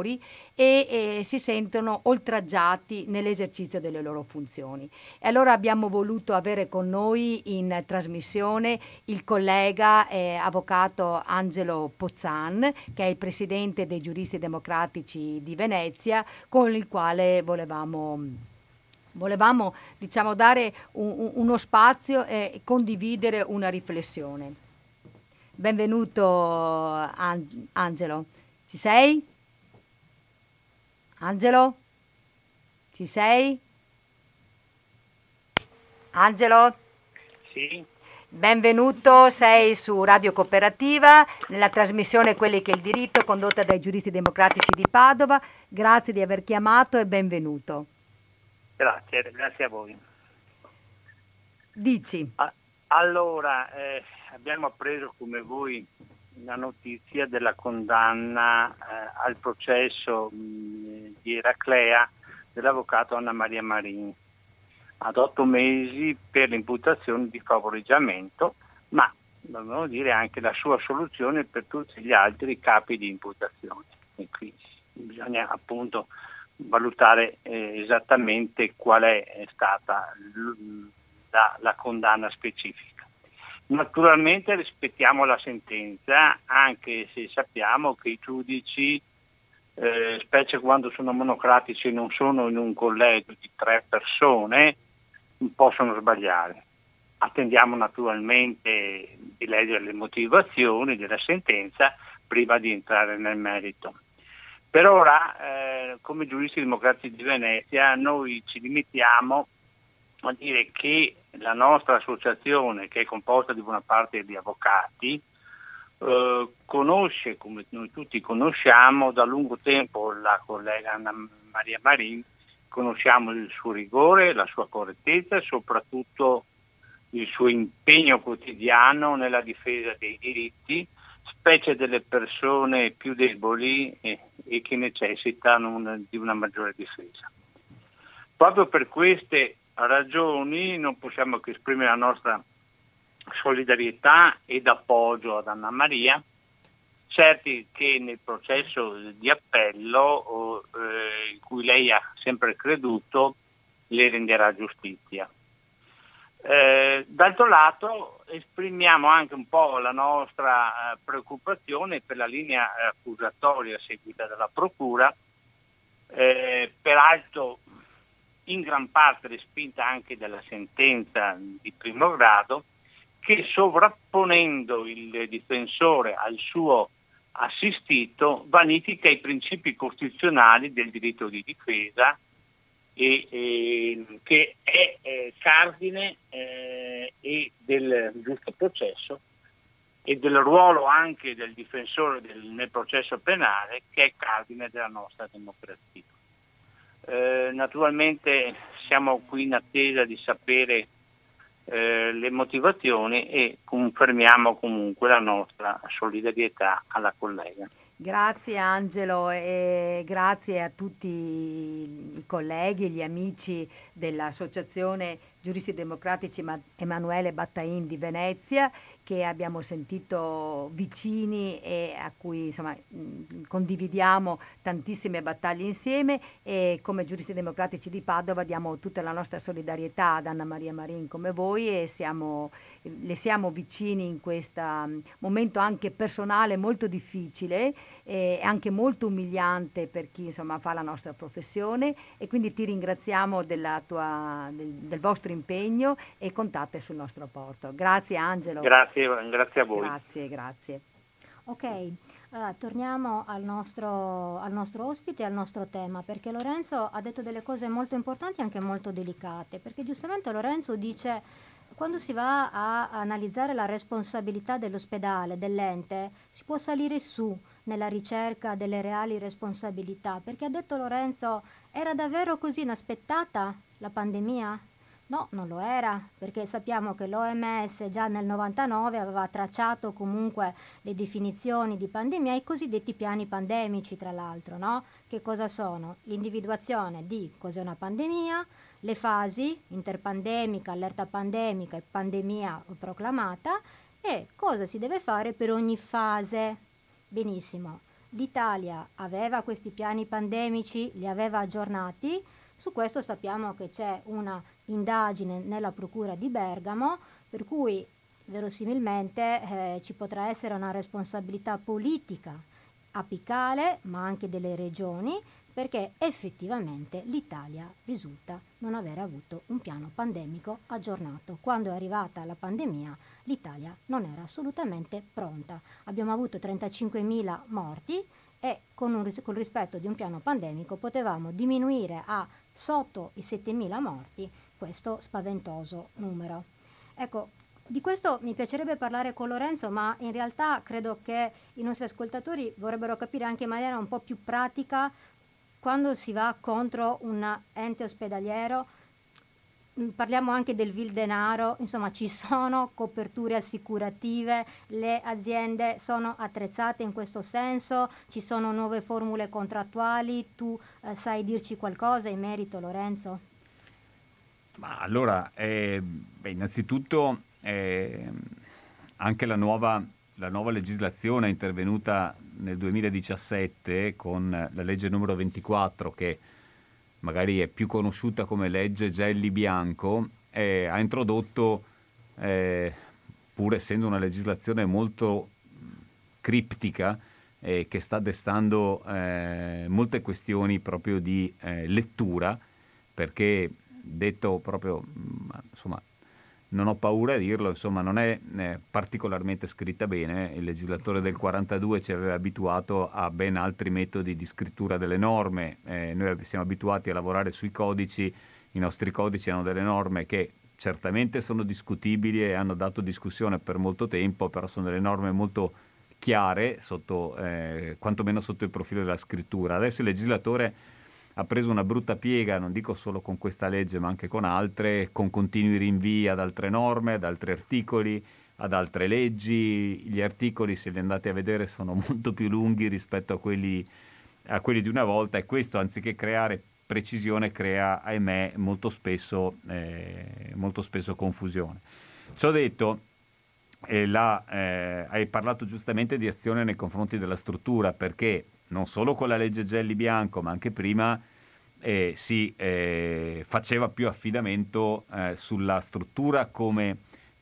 ascoltatori e, e si sentono oltraggiati nell'esercizio delle loro funzioni. E allora abbiamo voluto avere con noi in trasmissione il collega eh, avvocato Angelo Pozzan, che è il presidente dei Giuristi Democratici di Venezia, con il quale volevamo Volevamo diciamo, dare un, uno spazio e condividere una riflessione. Benvenuto An- Angelo. Ci sei? Angelo? Ci sei? Angelo? Sì. Benvenuto, sei su Radio Cooperativa, nella trasmissione Quelli che è il diritto, condotta dai Giuristi Democratici di Padova. Grazie di aver chiamato e benvenuto. Grazie, grazie a voi. Dici. A- allora, eh, abbiamo appreso come voi la notizia della condanna eh, al processo mh, di Eraclea dell'avvocato Anna Maria Marin ad otto mesi per l'imputazione di favoreggiamento, ma dobbiamo dire anche la sua soluzione per tutti gli altri capi di imputazione. E qui bisogna appunto valutare eh, esattamente qual è stata l- la, la condanna specifica. Naturalmente rispettiamo la sentenza, anche se sappiamo che i giudici, eh, specie quando sono monocratici e non sono in un collegio di tre persone, possono sbagliare. Attendiamo naturalmente di leggere le motivazioni della sentenza prima di entrare nel merito. Per ora, eh, come Giuristi Democratici di Venezia, noi ci limitiamo a dire che la nostra associazione, che è composta di buona parte di avvocati, eh, conosce, come noi tutti conosciamo, da lungo tempo la collega Anna Maria Marin, conosciamo il suo rigore, la sua correttezza e soprattutto il suo impegno quotidiano nella difesa dei diritti, specie delle persone più deboli e, e che necessitano una, di una maggiore difesa. Proprio per queste ragioni non possiamo che esprimere la nostra solidarietà ed appoggio ad Anna Maria, certi che nel processo di appello eh, in cui lei ha sempre creduto le renderà giustizia. Eh, d'altro lato esprimiamo anche un po' la nostra eh, preoccupazione per la linea accusatoria seguita dalla Procura, eh, peraltro in gran parte respinta anche dalla sentenza di primo grado, che sovrapponendo il difensore al suo assistito vanifica i principi costituzionali del diritto di difesa e, e che è eh, cardine eh, e del giusto processo e del ruolo anche del difensore del, nel processo penale, che è cardine della nostra democrazia. Eh, naturalmente siamo qui in attesa di sapere eh, le motivazioni e confermiamo comunque la nostra solidarietà alla collega. Grazie Angelo e grazie a tutti i colleghi e gli amici dell'Associazione Giuristi Democratici Emanuele Battain di Venezia, che abbiamo sentito vicini e a cui insomma condividiamo tantissime battaglie insieme, e come Giuristi Democratici di Padova diamo tutta la nostra solidarietà ad Anna Maria Marin come voi e siamo, le siamo vicini in questo momento anche personale molto difficile e anche molto umiliante per chi insomma fa la nostra professione, e quindi ti ringraziamo della tua, del, del vostro impegno e contate sul nostro apporto. Grazie Angelo. Grazie, grazie a voi. Grazie, grazie. Ok, allora, torniamo al nostro, al nostro ospite e al nostro tema, perché Lorenzo ha detto delle cose molto importanti e anche molto delicate, perché giustamente Lorenzo dice: quando si va a analizzare la responsabilità dell'ospedale, dell'ente, si può salire su nella ricerca delle reali responsabilità, perché ha detto Lorenzo, era davvero così inaspettata la pandemia? No, non lo era, perché sappiamo che l'O M S già nel novantanove aveva tracciato comunque le definizioni di pandemia e i cosiddetti piani pandemici, tra l'altro, no? Che cosa sono? L'individuazione di cos'è una pandemia, le fasi, interpandemica, allerta pandemica e pandemia proclamata, e cosa si deve fare per ogni fase. Benissimo. l'Italia aveva questi piani pandemici, li aveva aggiornati. Su questo sappiamo che c'è una indagine nella Procura di Bergamo, per cui verosimilmente eh, ci potrà essere una responsabilità politica apicale, ma anche delle regioni, perché effettivamente l'Italia risulta non aver avuto un piano pandemico aggiornato. Quando è arrivata la pandemia, l'Italia non era assolutamente pronta. Abbiamo avuto trentacinquemila morti e con, un, con il rispetto di un piano pandemico potevamo diminuire a sotto i settemila morti questo spaventoso numero. Ecco, di questo mi piacerebbe parlare con Lorenzo, ma in realtà credo che i nostri ascoltatori vorrebbero capire anche in maniera un po' più pratica quando si va contro un ente ospedaliero. Parliamo anche del vil denaro, insomma ci sono coperture assicurative, le aziende sono attrezzate in questo senso, ci sono nuove formule contrattuali, tu eh, sai dirci qualcosa in merito, Lorenzo? Ma allora, eh, beh, innanzitutto eh, anche la nuova, la nuova legislazione è intervenuta nel duemiladiciassette con la legge numero ventiquattro, che magari è più conosciuta come legge Gelli-Bianco, eh, ha introdotto, eh, pur essendo una legislazione molto criptica, eh, che sta destando eh, molte questioni proprio di eh, lettura, perché detto proprio, insomma, non ho paura di dirlo, insomma, non è eh, particolarmente scritta bene. Il legislatore del quarantadue ci aveva abituato a ben altri metodi di scrittura delle norme. Eh, noi siamo abituati a lavorare sui codici, i nostri codici hanno delle norme che certamente sono discutibili e hanno dato discussione per molto tempo, però sono delle norme molto chiare, sotto, eh, quantomeno sotto il profilo della scrittura. Adesso il legislatore ha preso una brutta piega, non dico solo con questa legge ma anche con altre, con continui rinvii ad altre norme, ad altri articoli, ad altre leggi. Gli articoli, se li andate a vedere, sono molto più lunghi rispetto a quelli, a quelli di una volta, e questo, anziché creare precisione, crea, ahimè, molto spesso, eh, molto spesso confusione. Ciò detto, eh, la, eh, hai parlato giustamente di azione nei confronti della struttura, perché non solo con la legge Gelli-Bianco, ma anche prima eh, si eh, faceva più affidamento eh, sulla struttura come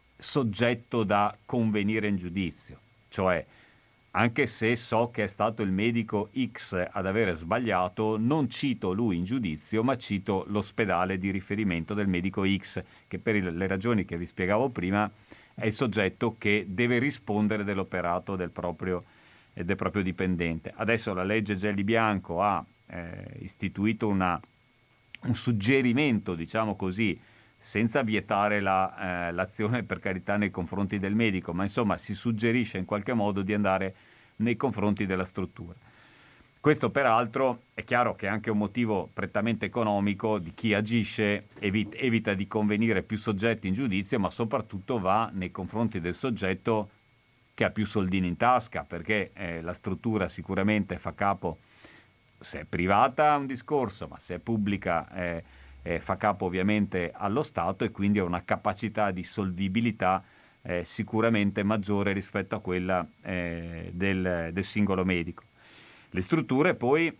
soggetto da convenire in giudizio. Cioè, anche se so che è stato il medico X ad avere sbagliato, non cito lui in giudizio, ma cito l'ospedale di riferimento del medico X, che per il, le ragioni che vi spiegavo prima è il soggetto che deve rispondere dell'operato del proprio ed è proprio dipendente. Adesso la legge Gelli-Bianco ha eh, istituito una, un suggerimento, diciamo così, senza vietare la, eh, l'azione, per carità, nei confronti del medico, ma insomma si suggerisce in qualche modo di andare nei confronti della struttura. Questo peraltro è chiaro che è anche un motivo prettamente economico di chi agisce, evita, evita di convenire più soggetti in giudizio, ma soprattutto va nei confronti del soggetto che ha più soldini in tasca, perché eh, la struttura sicuramente fa capo, se è privata è un discorso, ma se è pubblica eh, eh, fa capo ovviamente allo Stato, e quindi ha una capacità di solvibilità eh, sicuramente maggiore rispetto a quella eh, del, del singolo medico. Le strutture poi,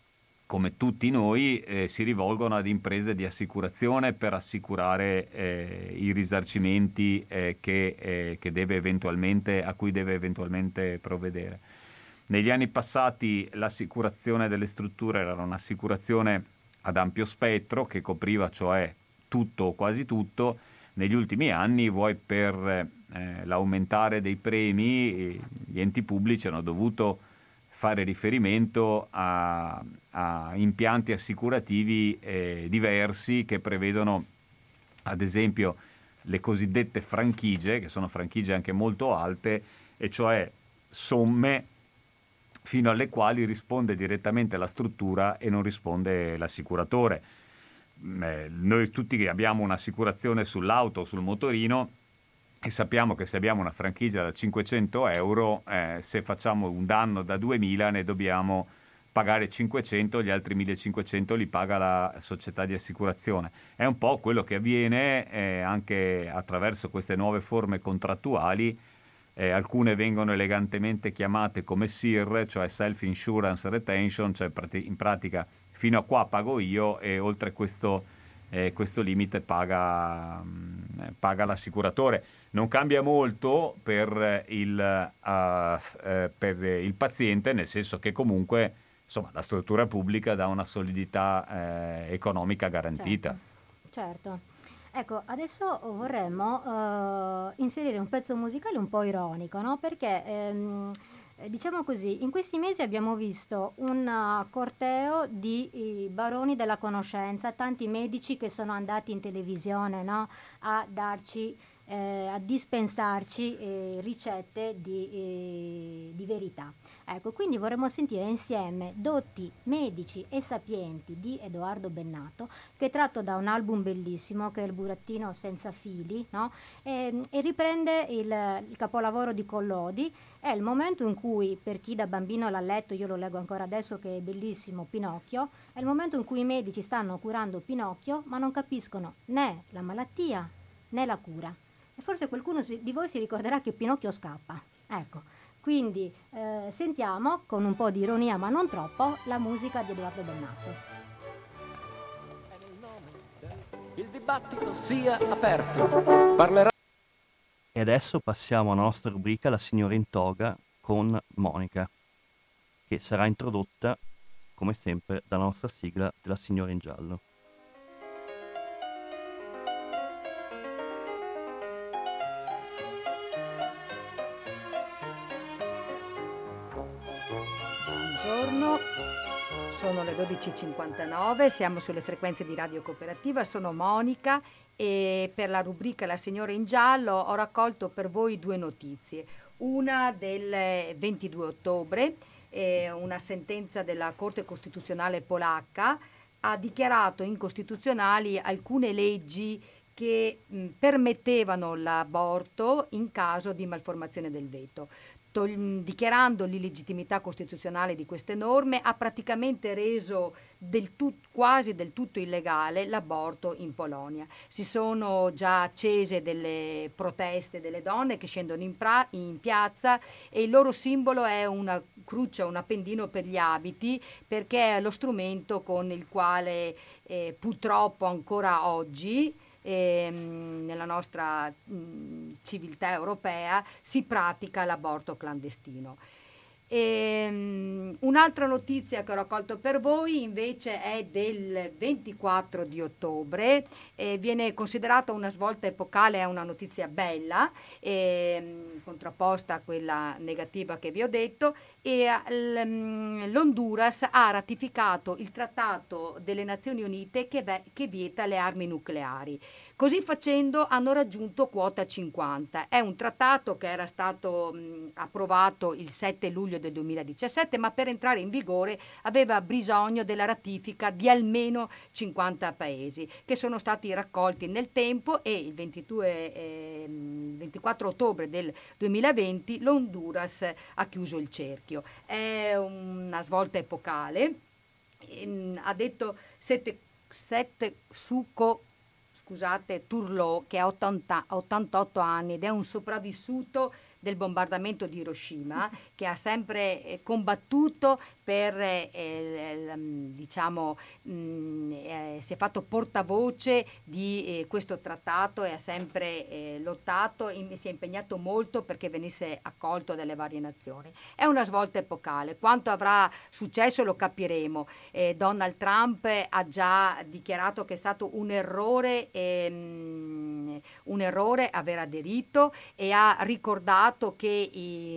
come tutti noi, eh, si rivolgono ad imprese di assicurazione per assicurare eh, i risarcimenti eh, che, eh, che deve eventualmente, a cui deve eventualmente provvedere. Negli anni passati l'assicurazione delle strutture era un'assicurazione ad ampio spettro che copriva, cioè, tutto o quasi tutto. Negli ultimi anni, vuoi per eh, l'aumentare dei premi, gli enti pubblici hanno dovuto fare riferimento a, a impianti assicurativi eh, diversi che prevedono, ad esempio, le cosiddette franchigie, che sono franchigie anche molto alte, e cioè somme fino alle quali risponde direttamente la struttura e non risponde l'assicuratore. Eh, noi tutti abbiamo un'assicurazione sull'auto o sul motorino, e sappiamo che se abbiamo una franchigia da cinquecento euro, eh, se facciamo un danno da duemila ne dobbiamo pagare cinquecento, gli altri millecinquecento li paga la società di assicurazione. È un po' quello che avviene eh, anche attraverso queste nuove forme contrattuali Eh, alcune vengono elegantemente chiamate come S I R, cioè Self Insurance Retention, cioè prati- in pratica fino a qua pago io e oltre questo, eh, questo limite paga, mh, paga l'assicuratore. Non cambia molto per il, uh, eh, per il paziente, nel senso che comunque insomma, la struttura pubblica dà una solidità eh, economica garantita. Certo, certo. Ecco, adesso vorremmo uh, inserire un pezzo musicale un po' ironico, no? Perché ehm, diciamo così, in questi mesi abbiamo visto un uh, corteo di i baroni della conoscenza, tanti medici che sono andati in televisione, no? A darci, eh, a dispensarci eh, ricette di, eh, di verità. Ecco, quindi vorremmo sentire insieme Dotti, medici e sapienti di Edoardo Bennato, che è tratto da un album bellissimo che è Il burattino senza fili, no? e, e riprende il, il capolavoro di Collodi. È il momento in cui, per chi da bambino l'ha letto, io lo leggo ancora adesso che è bellissimo, Pinocchio, è il momento in cui i medici stanno curando Pinocchio ma non capiscono né la malattia né la cura. E forse qualcuno si, di voi si ricorderà che Pinocchio scappa. Ecco. Quindi eh, sentiamo, con un po' di ironia ma non troppo, la musica di Edoardo Bennato. Il dibattito sia aperto. Parlerà. E adesso passiamo alla nostra rubrica La signora in toga con Monica, che sarà introdotta, come sempre, dalla nostra sigla della signora in giallo. Buongiorno, sono le dodici e cinquantanove, siamo sulle frequenze di Radio Cooperativa, sono Monica e per la rubrica La signora in giallo ho raccolto per voi due notizie. Una del ventidue ottobre, eh, una sentenza della Corte Costituzionale polacca ha dichiarato incostituzionali alcune leggi che mh, permettevano l'aborto in caso di malformazione del feto. Dichiarando l'illegittimità costituzionale di queste norme, ha praticamente reso del tut, quasi del tutto illegale l'aborto in Polonia. Si sono già accese delle proteste delle donne che scendono in, pra, in piazza e il loro simbolo è una croce, un appendino per gli abiti, perché è lo strumento con il quale eh, purtroppo ancora oggi E, mh, nella nostra mh, civiltà europea si pratica l'aborto clandestino. E, mh, un'altra notizia che ho raccolto per voi invece è del ventiquattro di ottobre, e viene considerata una svolta epocale, è una notizia bella, e, mh, contrapposta a quella negativa che vi ho detto, e l, l'Honduras ha ratificato il Trattato delle Nazioni Unite che, ve, che vieta le armi nucleari. Così facendo hanno raggiunto quota cinquanta. È un trattato che era stato mh, approvato il sette luglio del duemiladiciassette, ma per entrare in vigore aveva bisogno della ratifica di almeno cinquanta paesi, che sono stati raccolti nel tempo, e il ventidue, eh, ventiquattro ottobre del duemilaventi l'Honduras ha chiuso il cerchio. È una svolta epocale. Ehm, ha detto Sette, sette Suco scusate, Turlot, che ha ottanta, ottantotto anni ed è un sopravvissuto del bombardamento di Hiroshima, che ha sempre eh, combattuto per, eh, diciamo, mh, eh, si è fatto portavoce di eh, questo trattato e ha sempre eh, lottato e si è impegnato molto perché venisse accolto dalle varie nazioni. È una svolta epocale. Quanto avrà successo lo capiremo. Eh, Donald Trump ha già dichiarato che è stato un errore, ehm, un errore aver aderito, e ha ricordato che i,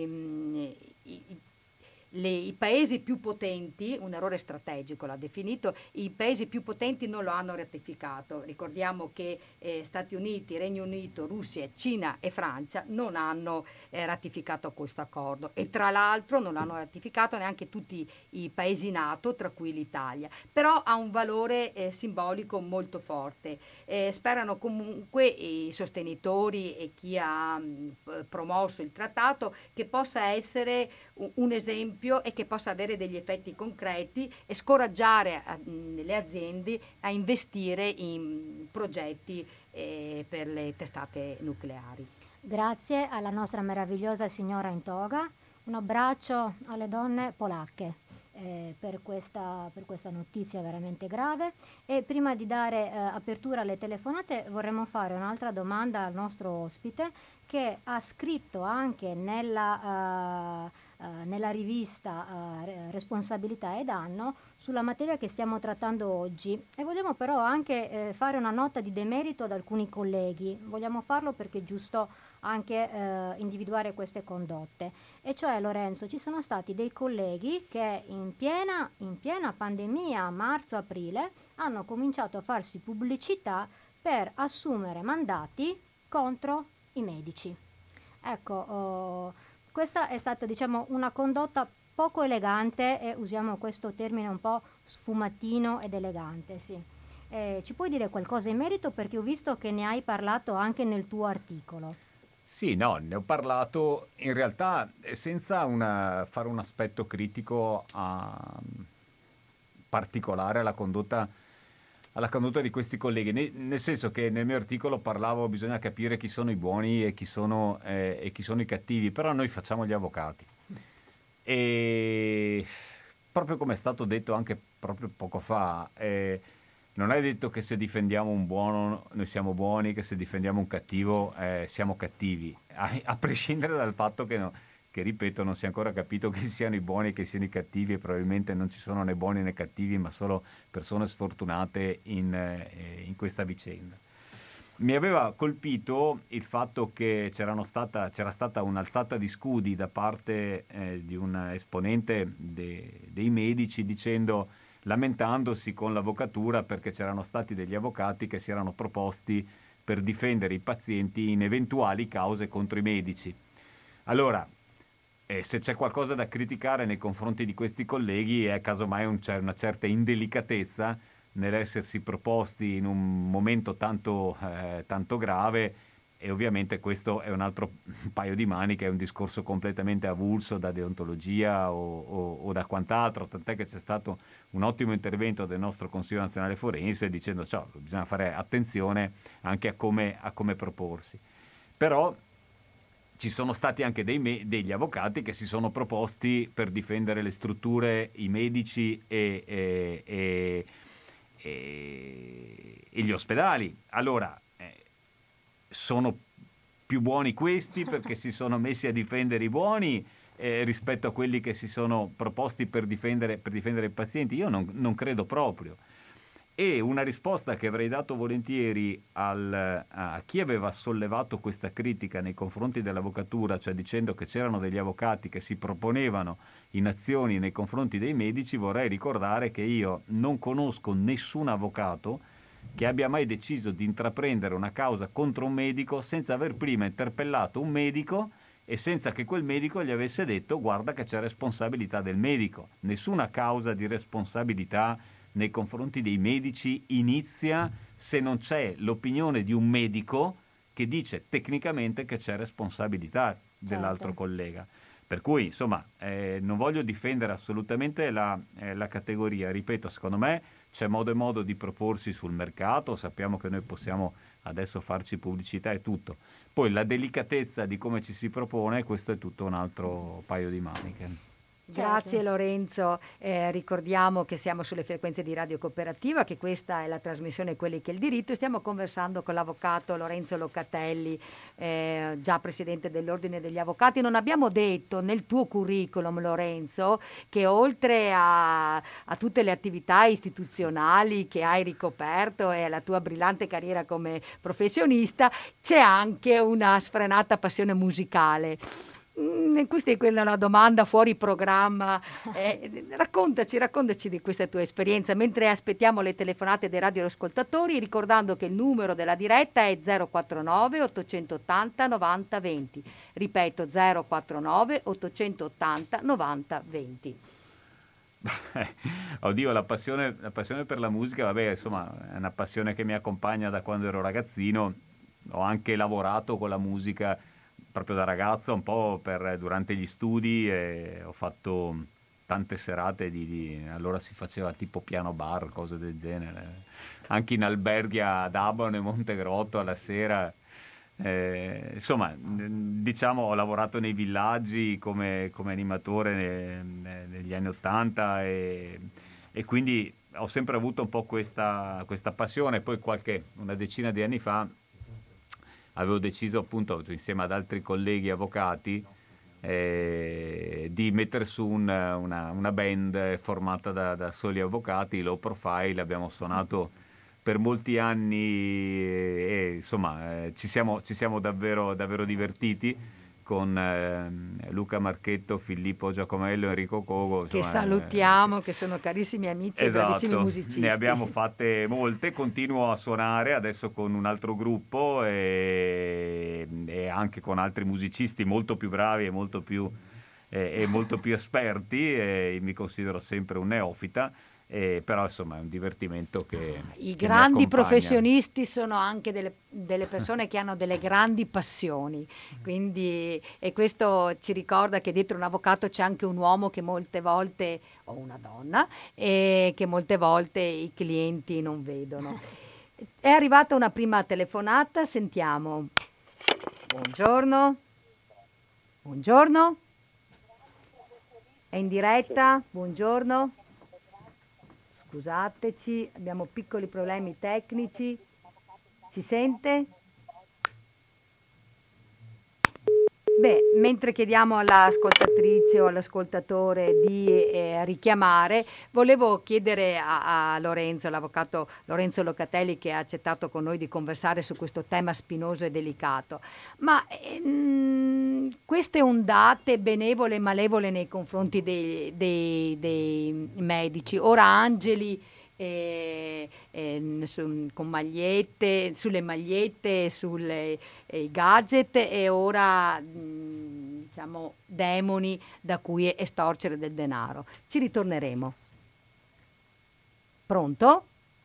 i, le, i paesi più potenti, un errore strategico l'ha definito, i paesi più potenti non lo hanno ratificato. Ricordiamo che eh, Stati Uniti, Regno Unito, Russia, Cina e Francia non hanno eh, ratificato questo accordo, e tra l'altro non l'hanno ratificato neanche tutti i paesi NATO, tra cui l'Italia, però ha un valore eh, simbolico molto forte. Eh, sperano comunque i sostenitori e chi ha mh, promosso il trattato che possa essere un, un esempio e che possa avere degli effetti concreti e scoraggiare a, mh, le aziende a investire in progetti eh, per le testate nucleari. Grazie alla nostra meravigliosa signora in toga. Un abbraccio alle donne polacche eh, per, questa, per questa notizia veramente grave. E prima di dare eh, apertura alle telefonate vorremmo fare un'altra domanda al nostro ospite, che ha scritto anche nella, uh, uh, nella rivista uh, Responsabilità e Danno sulla materia che stiamo trattando oggi, e vogliamo però anche eh, fare una nota di demerito ad alcuni colleghi. Vogliamo farlo perché è giusto anche eh, individuare queste condotte, e cioè, Lorenzo, ci sono stati dei colleghi che in piena, in piena pandemia, marzo-aprile, hanno cominciato a farsi pubblicità per assumere mandati contro i medici. Ecco, oh, questa è stata, diciamo, una condotta poco elegante, e usiamo questo termine un po' sfumatino ed elegante, sì. Eh, ci puoi dire qualcosa in merito, perché ho visto che ne hai parlato anche nel tuo articolo. Sì, no, ne ho parlato in realtà senza una, fare un aspetto critico a, particolare alla condotta, alla condotta di questi colleghi, ne, nel senso che nel mio articolo parlavo, bisogna capire chi sono i buoni e chi sono, eh, e chi sono i cattivi, però noi facciamo gli avvocati. E proprio come è stato detto anche proprio poco fa, eh, non è detto che se difendiamo un buono noi siamo buoni, che se difendiamo un cattivo eh, siamo cattivi, a, a prescindere dal fatto che, no, che, ripeto, non si è ancora capito chi siano i buoni e chi siano i cattivi, e probabilmente non ci sono né buoni né cattivi, ma solo persone sfortunate in, eh, in questa vicenda. Mi aveva colpito il fatto che c'erano stata, c'era stata un'alzata di scudi da parte eh, di un esponente de, dei medici, dicendo, lamentandosi con l'avvocatura perché c'erano stati degli avvocati che si erano proposti per difendere i pazienti in eventuali cause contro i medici. Allora, eh, se c'è qualcosa da criticare nei confronti di questi colleghi è casomai un, c'è una certa indelicatezza nell'essersi proposti in un momento tanto, eh, tanto grave, e ovviamente questo è un altro paio di maniche, è un discorso completamente avulso da deontologia o, o, o da quant'altro, tant'è che c'è stato un ottimo intervento del nostro Consiglio Nazionale Forense dicendo ciò, bisogna fare attenzione anche a come, a come proporsi. Però ci sono stati anche dei me- degli avvocati che si sono proposti per difendere le strutture, i medici e, e, e, e, e gli ospedali. Allora, sono più buoni questi perché si sono messi a difendere i buoni eh, rispetto a quelli che si sono proposti per difendere, per difendere i pazienti? Io non, non credo proprio. E una risposta che avrei dato volentieri al, a chi aveva sollevato questa critica nei confronti dell'avvocatura, cioè dicendo che c'erano degli avvocati che si proponevano in azioni nei confronti dei medici, vorrei ricordare che io non conosco nessun avvocato che abbia mai deciso di intraprendere una causa contro un medico senza aver prima interpellato un medico e senza che quel medico gli avesse detto guarda che c'è responsabilità del medico. Nessuna causa di responsabilità nei confronti dei medici inizia se non c'è l'opinione di un medico che dice tecnicamente che c'è responsabilità dell'altro certo. collega. Per cui, insomma, eh, non voglio difendere assolutamente la, eh, la categoria. Ripeto, secondo me c'è modo e modo di proporsi sul mercato, sappiamo che noi possiamo adesso farci pubblicità e tutto. Poi la delicatezza di come ci si propone, questo è tutto un altro paio di maniche. Grazie Lorenzo, eh, ricordiamo che siamo sulle frequenze di Radio Cooperativa, che questa è la trasmissione Quelli che è il diritto. Stiamo conversando con l'avvocato Lorenzo Locatelli, eh, già presidente dell'Ordine degli Avvocati. Non abbiamo detto nel tuo curriculum, Lorenzo, che oltre a, a tutte le attività istituzionali che hai ricoperto e alla tua brillante carriera come professionista, c'è anche una sfrenata passione musicale. Mm, questa è quella una domanda fuori programma. Eh, raccontaci, raccontaci di questa tua esperienza mentre aspettiamo le telefonate dei radioascoltatori, ricordando che il numero della diretta è zero quattro nove ottocentoottanta novanta venti. Ripeto, zero quattro nove ottocentoottanta novanta venti. Oddio, la passione, la passione per la musica, vabbè, insomma, è una passione che mi accompagna da quando ero ragazzino. Ho anche lavorato con la musica proprio da ragazzo, un po' per, durante gli studi, e ho fatto tante serate di, di allora si faceva tipo piano bar, cose del genere, anche in alberghi ad Abano e Montegrotto alla sera, Eh, insomma, diciamo, ho lavorato nei villaggi come, come animatore ne, ne, negli anni Ottanta e, e quindi ho sempre avuto un po' questa, questa passione. Poi qualche, una decina di anni fa avevo deciso, appunto, insieme ad altri colleghi avvocati, eh, di mettere su un, una, una band formata da, da soli avvocati, low profile. Abbiamo suonato per molti anni e, e insomma eh, ci siamo, ci siamo davvero, davvero divertiti con eh, Luca Marchetto, Filippo Giacomello, Enrico Cogo. Che insomma, salutiamo, eh, che sono carissimi amici esatto, e bravissimi musicisti. Ne abbiamo fatte molte, continuo a suonare adesso con un altro gruppo e, e anche con altri musicisti molto più bravi e molto più, eh, e molto più esperti, e mi considero sempre un neofita. Eh, però insomma è un divertimento che i che grandi mi accompagna. professionisti sono anche delle, delle persone che hanno delle grandi passioni, quindi, e questo ci ricorda che dietro un avvocato c'è anche un uomo che molte volte, o una donna, e che molte volte i clienti non vedono. È arrivata una prima telefonata, sentiamo. Buongiorno. Buongiorno. È in diretta? Buongiorno. Scusateci, abbiamo piccoli problemi tecnici. Si sente? Beh, mentre chiediamo all'ascoltatrice o all'ascoltatore di eh, richiamare, volevo chiedere a, a Lorenzo, l'avvocato Lorenzo Locatelli, che ha accettato con noi di conversare su questo tema spinoso e delicato, ma ehm, queste ondate benevole e malevole nei confronti dei, dei, dei medici, ora angeli, E, e, su, con magliette, sulle magliette, sulle eh, gadget, e ora mh, diciamo demoni da cui estorcere del denaro. Ci ritorneremo. Pronto?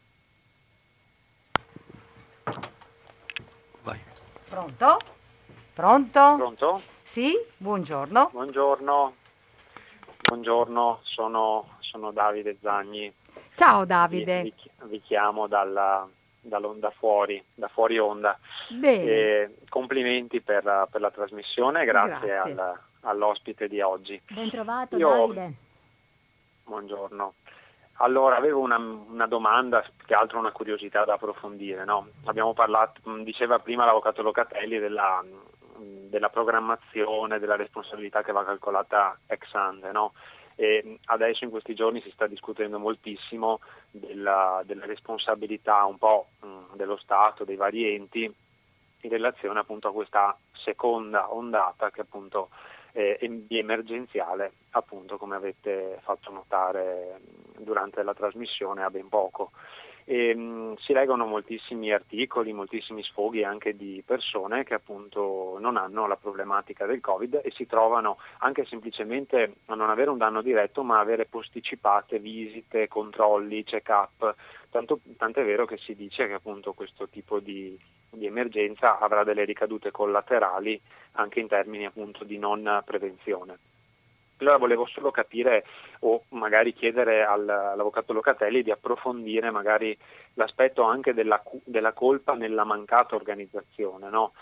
Vai. Pronto? Pronto? Pronto? Sì, buongiorno. Buongiorno. Buongiorno, sono, sono Davide Zagni. Ciao Davide. Vi, vi, vi chiamo dalla, dall'onda fuori, da fuori onda. Bene. E complimenti per la, per la trasmissione, grazie, Grazie. Al, all'ospite di oggi. Ben trovato Io, Davide. Buongiorno. Allora, avevo una, una domanda, più che altro una curiosità da approfondire, no? Abbiamo parlato, diceva prima l'avvocato Locatelli, della, della programmazione, della responsabilità che va calcolata ex ante, no? E adesso in questi giorni si sta discutendo moltissimo della, della responsabilità un po' mh, dello Stato, dei vari enti, in relazione appunto a questa seconda ondata che appunto è di emergenziale, appunto come avete fatto notare durante la trasmissione a ben poco. E, mh, si leggono moltissimi articoli, moltissimi sfoghi anche di persone che appunto non hanno la problematica del Covid e si trovano anche semplicemente a non avere un danno diretto, ma avere posticipate visite, controlli, check-up, tanto, tant'è vero che si dice che appunto questo tipo di, di emergenza avrà delle ricadute collaterali anche in termini appunto di non prevenzione. Allora volevo solo capire o magari chiedere al, all'avvocato Locatelli di approfondire magari l'aspetto anche della, della colpa nella mancata organizzazione, no?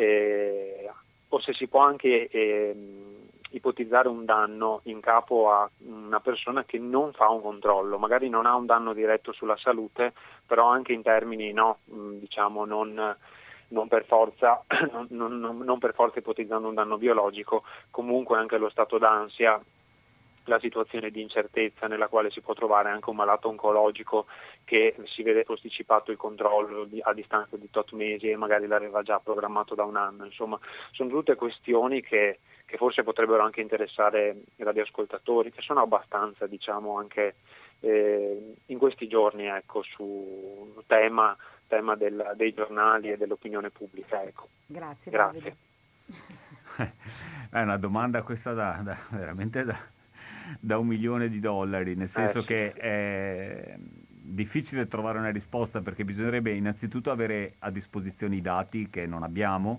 Eh, o se si può anche eh, ipotizzare un danno in capo a una persona che non fa un controllo, magari non ha un danno diretto sulla salute, però anche in termini no, diciamo non... non per forza, non, non, non per forza ipotizzando un danno biologico, comunque anche lo stato d'ansia, la situazione di incertezza nella quale si può trovare anche un malato oncologico che si vede posticipato il controllo di, a distanza di tot mesi e magari l'aveva già programmato da un anno. Insomma, sono tutte questioni che, che forse potrebbero anche interessare i radioascoltatori, che sono abbastanza, diciamo, anche eh, in questi giorni, ecco, su tema tema del, dei giornali e dell'opinione pubblica. Ecco. Grazie, Grazie. Davide. È una domanda questa da, da veramente da, da un milione di dollari, nel senso eh, sì. che è difficile trovare una risposta, perché bisognerebbe innanzitutto avere a disposizione i dati che non abbiamo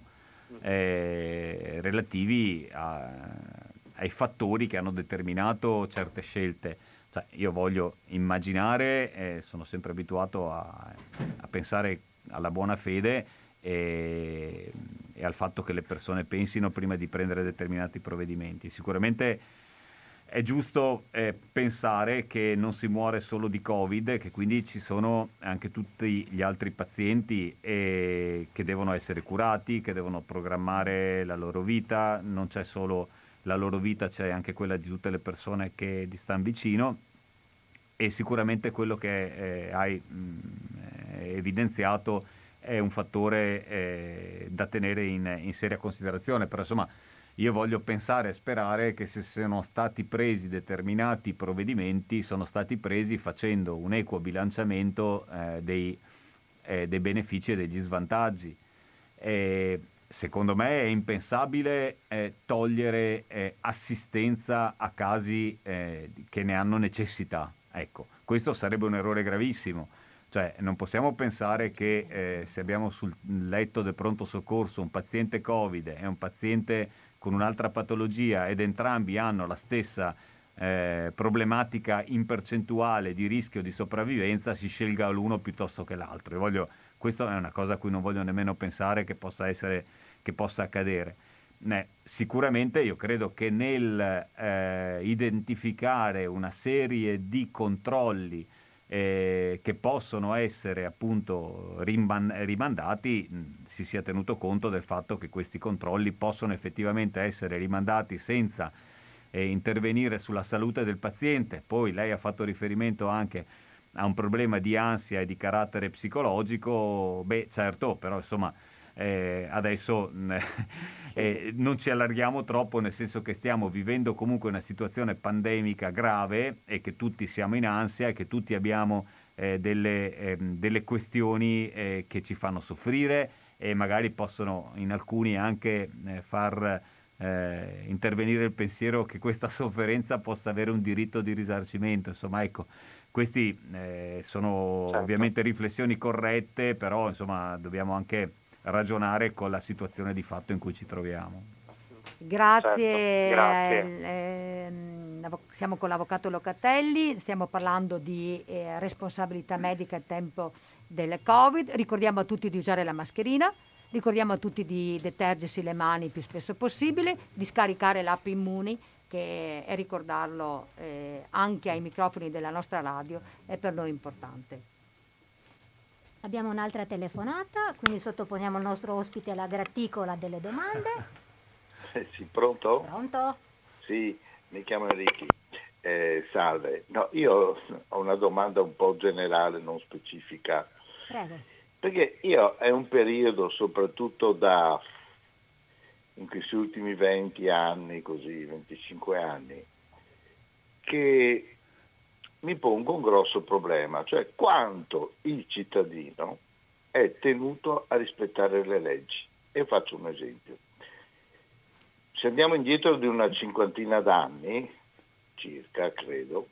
eh, relativi a, ai fattori che hanno determinato certe scelte. Cioè, io voglio immaginare, eh, sono sempre abituato a, a pensare alla buona fede, e e al fatto che le persone pensino prima di prendere determinati provvedimenti. Sicuramente è giusto eh, pensare che non si muore solo di Covid, che quindi ci sono anche tutti gli altri pazienti eh, che devono essere curati, che devono programmare la loro vita. Non c'è solo la loro vita, c'è anche quella di tutte le persone che gli stanno vicino, e sicuramente quello che eh, hai mh, evidenziato è un fattore eh, da tenere in, in seria considerazione. Però insomma, io voglio pensare e sperare che se sono stati presi determinati provvedimenti, sono stati presi facendo un equo bilanciamento eh, dei, eh, dei benefici e degli svantaggi. E secondo me è impensabile eh, togliere eh, assistenza a casi eh, che ne hanno necessità. Ecco, questo sarebbe un errore gravissimo. Cioè, non possiamo pensare che eh, se abbiamo sul letto del pronto soccorso un paziente Covid e un paziente con un'altra patologia ed entrambi hanno la stessa eh, problematica in percentuale di rischio di sopravvivenza, si scelga l'uno piuttosto che l'altro. Io voglio, questa è una cosa a cui non voglio nemmeno pensare che possa essere, che possa accadere. Eh, sicuramente io credo che nel eh, identificare una serie di controlli Eh, che possono essere appunto rimban- rimandati, mh, si sia tenuto conto del fatto che questi controlli possono effettivamente essere rimandati senza eh, intervenire sulla salute del paziente. Poi lei ha fatto riferimento anche a un problema di ansia e di carattere psicologico. Beh, certo, però insomma eh, adesso eh, non ci allarghiamo troppo, nel senso che stiamo vivendo comunque una situazione pandemica grave e che tutti siamo in ansia e che tutti abbiamo eh, delle, eh, delle questioni eh, che ci fanno soffrire e magari possono in alcuni anche eh, far eh, intervenire il pensiero che questa sofferenza possa avere un diritto di risarcimento. Insomma, ecco, questi eh, sono certo. ovviamente riflessioni corrette, però insomma dobbiamo anche ragionare con la situazione di fatto in cui ci troviamo. Grazie, Certo, grazie. eh, ehm, siamo con l'avvocato Locatelli, stiamo parlando di eh, responsabilità medica al tempo del Covid. Ricordiamo a tutti di usare la mascherina, ricordiamo a tutti di detergersi le mani il più spesso possibile, di scaricare l'app Immuni, che è ricordarlo eh, anche ai microfoni della nostra radio è per noi importante. Abbiamo un'altra telefonata, quindi sottoponiamo al nostro ospite alla graticola delle domande. Eh sì, pronto? Pronto? Sì, mi chiamo Enrico. Eh, salve. No, io ho una domanda un po' generale, non specifica. Prego. Perché io è un periodo, soprattutto da in questi ultimi venti anni, così, venticinque anni, che mi pongo un grosso problema, cioè quanto il cittadino è tenuto a rispettare le leggi. E faccio un esempio. Se andiamo indietro di una cinquantina d'anni, circa, credo,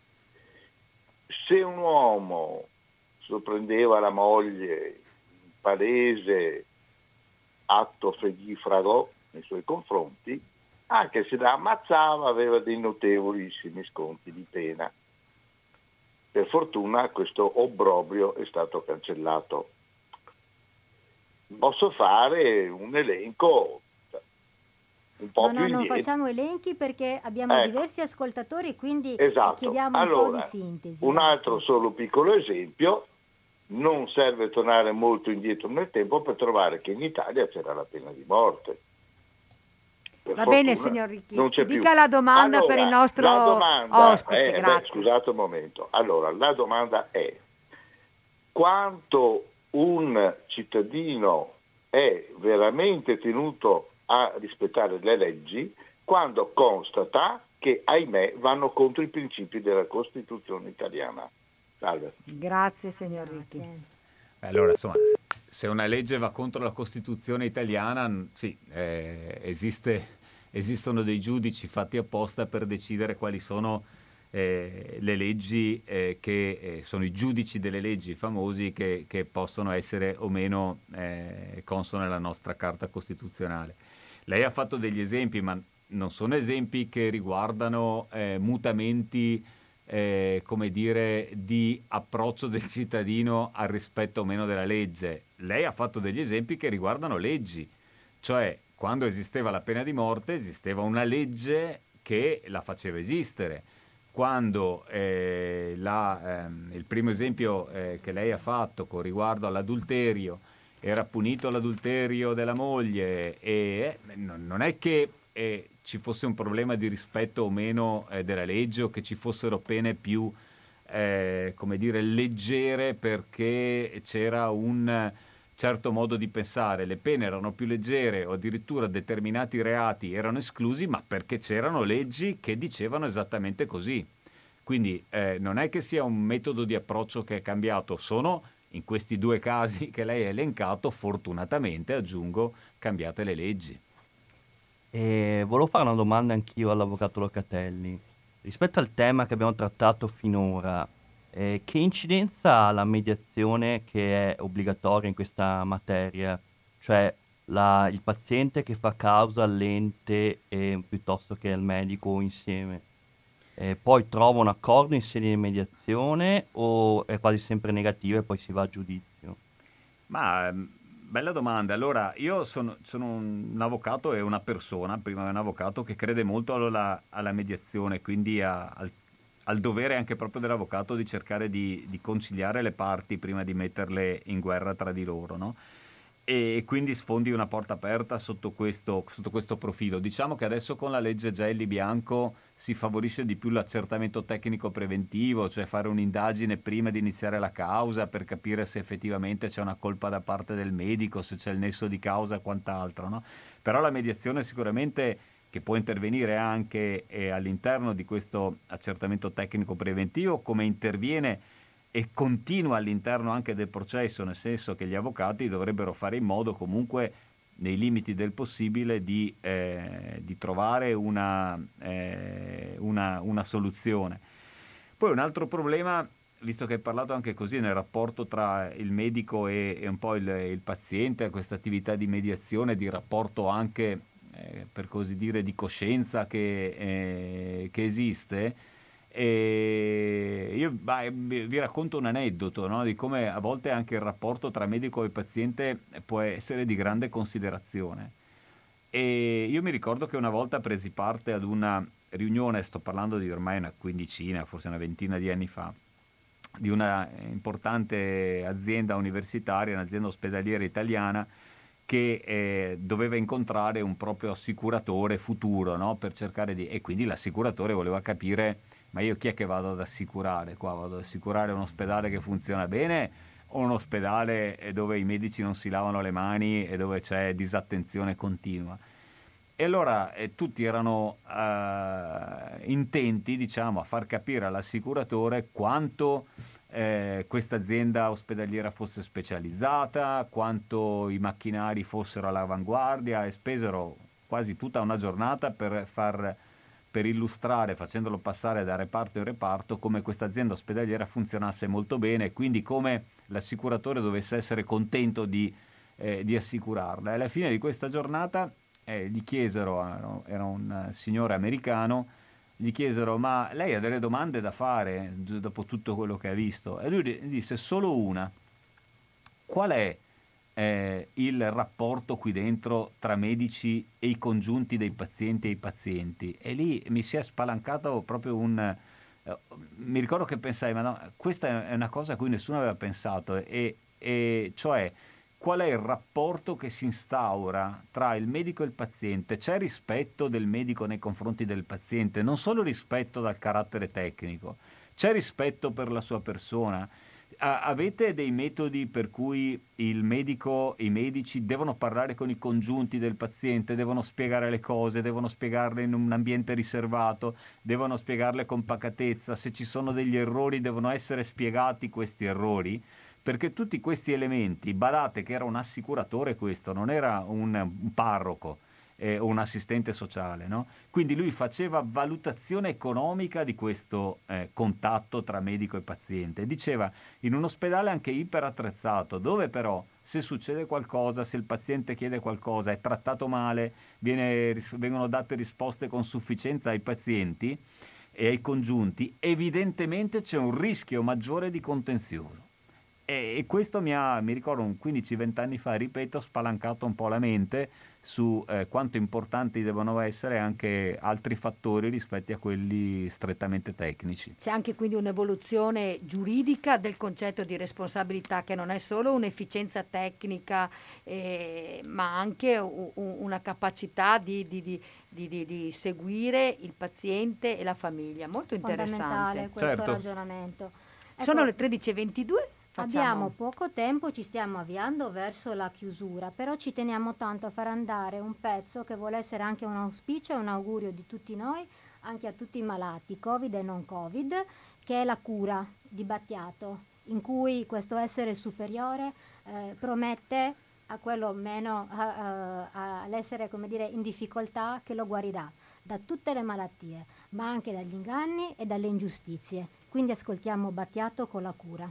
se un uomo sorprendeva la moglie in palese atto fregifrago nei suoi confronti, anche se la ammazzava aveva dei notevolissimi sconti di pena. Per fortuna questo obbrobrio è stato cancellato. Posso fare un elenco un po' no, più no, indietro. non facciamo elenchi perché abbiamo Ecco. diversi ascoltatori, quindi Esatto. chiediamo un Allora, po' di sintesi. Un altro Grazie. solo piccolo esempio, non serve tornare molto indietro nel tempo per trovare che in Italia c'era la pena di morte. Per Va fortuna bene, signor Ricchi, non c'è ci più. dica la domanda Allora, per il nostro la domanda ospite, è, grazie. beh, scusate un momento. Allora, la domanda è: quanto un cittadino è veramente tenuto a rispettare le leggi quando constata che, ahimè, vanno contro i principi della Costituzione italiana? Salve. Grazie, signor Ricchi. Grazie. Allora, insomma, se una legge va contro la Costituzione italiana, n- sì, eh, esiste, esistono dei giudici fatti apposta per decidere quali sono eh, le leggi eh, che eh, sono i giudici delle leggi famosi che, che possono essere o meno eh, consone alla nostra Carta Costituzionale. Lei ha fatto degli esempi, ma non sono esempi che riguardano eh, mutamenti Eh, come dire, di approccio del cittadino al rispetto o meno della legge. Lei ha fatto degli esempi che riguardano leggi, cioè quando esisteva la pena di morte esisteva una legge che la faceva esistere. Quando eh, la, ehm, il primo esempio eh, che lei ha fatto con riguardo all'adulterio, era punito l'adulterio della moglie e eh, non è che eh, ci fosse un problema di rispetto o meno eh, della legge, o che ci fossero pene più eh, come dire leggere perché c'era un certo modo di pensare. Le pene erano più leggere o addirittura determinati reati erano esclusi, ma perché c'erano leggi che dicevano esattamente così. Quindi eh, non è che sia un metodo di approccio che è cambiato, sono in questi due casi che lei ha elencato, fortunatamente aggiungo, cambiate le leggi. E volevo fare una domanda anch'io all'avvocato Locatelli. Rispetto al tema che abbiamo trattato finora, eh, che incidenza ha la mediazione che è obbligatoria in questa materia? Cioè la, il paziente che fa causa all'ente eh, piuttosto che al medico o insieme? Eh, poi trova un accordo in sede di mediazione o è quasi sempre negativo e poi si va a giudizio? Ma bella domanda. Allora, io sono, sono un avvocato e una persona, prima di un avvocato, che crede molto alla, alla mediazione, quindi a, al, al dovere anche proprio dell'avvocato di cercare di, di conciliare le parti prima di metterle in guerra tra di loro, no? E quindi sfondi una porta aperta sotto questo, sotto questo profilo. Diciamo che adesso con la legge Gelli-Bianco si favorisce di più l'accertamento tecnico preventivo, cioè fare un'indagine prima di iniziare la causa per capire se effettivamente c'è una colpa da parte del medico, se c'è il nesso di causa e quant'altro, no? Però la mediazione sicuramente, che può intervenire anche eh, all'interno di questo accertamento tecnico preventivo, come interviene e continua all'interno anche del processo, nel senso che gli avvocati dovrebbero fare in modo comunque, nei limiti del possibile, di, eh, di trovare una, eh, una, una soluzione. Poi un altro problema, visto che hai parlato anche così nel rapporto tra il medico e, e un po' il, il paziente, questa attività di mediazione, di rapporto anche, eh, per così dire, di coscienza che, eh, che esiste. E io bah, vi racconto un aneddoto, no? Di come a volte anche il rapporto tra medico e paziente può essere di grande considerazione. E io mi ricordo che una volta presi parte ad una riunione, sto parlando di ormai una quindicina, forse una ventina di anni fa, di una importante azienda universitaria, un'azienda ospedaliera italiana, che eh, doveva incontrare un proprio assicuratore futuro, no? Per cercare di... E quindi l'assicuratore voleva capire: ma io chi è che vado ad assicurare qua? Vado ad assicurare un ospedale che funziona bene o un ospedale dove i medici non si lavano le mani e dove c'è disattenzione continua? E allora eh, tutti erano eh, intenti, diciamo, a far capire all'assicuratore quanto eh, questa azienda ospedaliera fosse specializzata, quanto i macchinari fossero all'avanguardia, e spesero quasi tutta una giornata per far... per illustrare, facendolo passare da reparto in reparto, come questa azienda ospedaliera funzionasse molto bene e quindi come l'assicuratore dovesse essere contento di, eh, di assicurarla. E alla fine di questa giornata eh, gli chiesero, era un signore americano, gli chiesero: ma lei ha delle domande da fare dopo tutto quello che ha visto? E lui disse solo una: qual è Eh, il rapporto qui dentro tra medici e i congiunti dei pazienti e i pazienti? E lì mi si è spalancato proprio un eh, mi ricordo che pensai: ma no, questa è una cosa a cui nessuno aveva pensato, e, e cioè qual è il rapporto che si instaura tra il medico e il paziente? C'è rispetto del medico nei confronti del paziente, non solo rispetto dal carattere tecnico, c'è rispetto per la sua persona. Avete dei metodi per cui il medico, i medici devono parlare con i congiunti del paziente, devono spiegare le cose, devono spiegarle in un ambiente riservato, devono spiegarle con pacatezza, se ci sono degli errori devono essere spiegati questi errori, perché tutti questi elementi, badate che era un assicuratore questo, non era un, un parroco eh, o un assistente sociale, no? Quindi lui faceva valutazione economica di questo eh, contatto tra medico e paziente. Diceva: in un ospedale anche iperattrezzato, dove però se succede qualcosa, se il paziente chiede qualcosa, è trattato male, viene, vengono date risposte con sufficienza ai pazienti e ai congiunti, evidentemente c'è un rischio maggiore di contenzioso. E, e questo mi ha, mi ricordo, un quindici venti anni fa, ripeto, spalancato un po' la mente su eh, quanto importanti devono essere anche altri fattori rispetto a quelli strettamente tecnici. C'è anche quindi un'evoluzione giuridica del concetto di responsabilità, che non è solo un'efficienza tecnica, eh, ma anche u- u- una capacità di, di, di, di, di, di seguire il paziente e la famiglia. Molto interessante. Fondamentale questo Certo. ragionamento. Ecco, Sono le tredici e ventidue. Facciamo. abbiamo poco tempo, ci stiamo avviando verso la chiusura, però ci teniamo tanto a far andare un pezzo che vuole essere anche un auspicio e un augurio di tutti noi, anche a tutti i malati, Covid e non Covid, che è La cura di Battiato, in cui questo essere superiore eh, promette a quello meno, a- a- all'essere, come dire, in difficoltà, che lo guarirà da tutte le malattie, ma anche dagli inganni e dalle ingiustizie. Quindi ascoltiamo Battiato con La cura.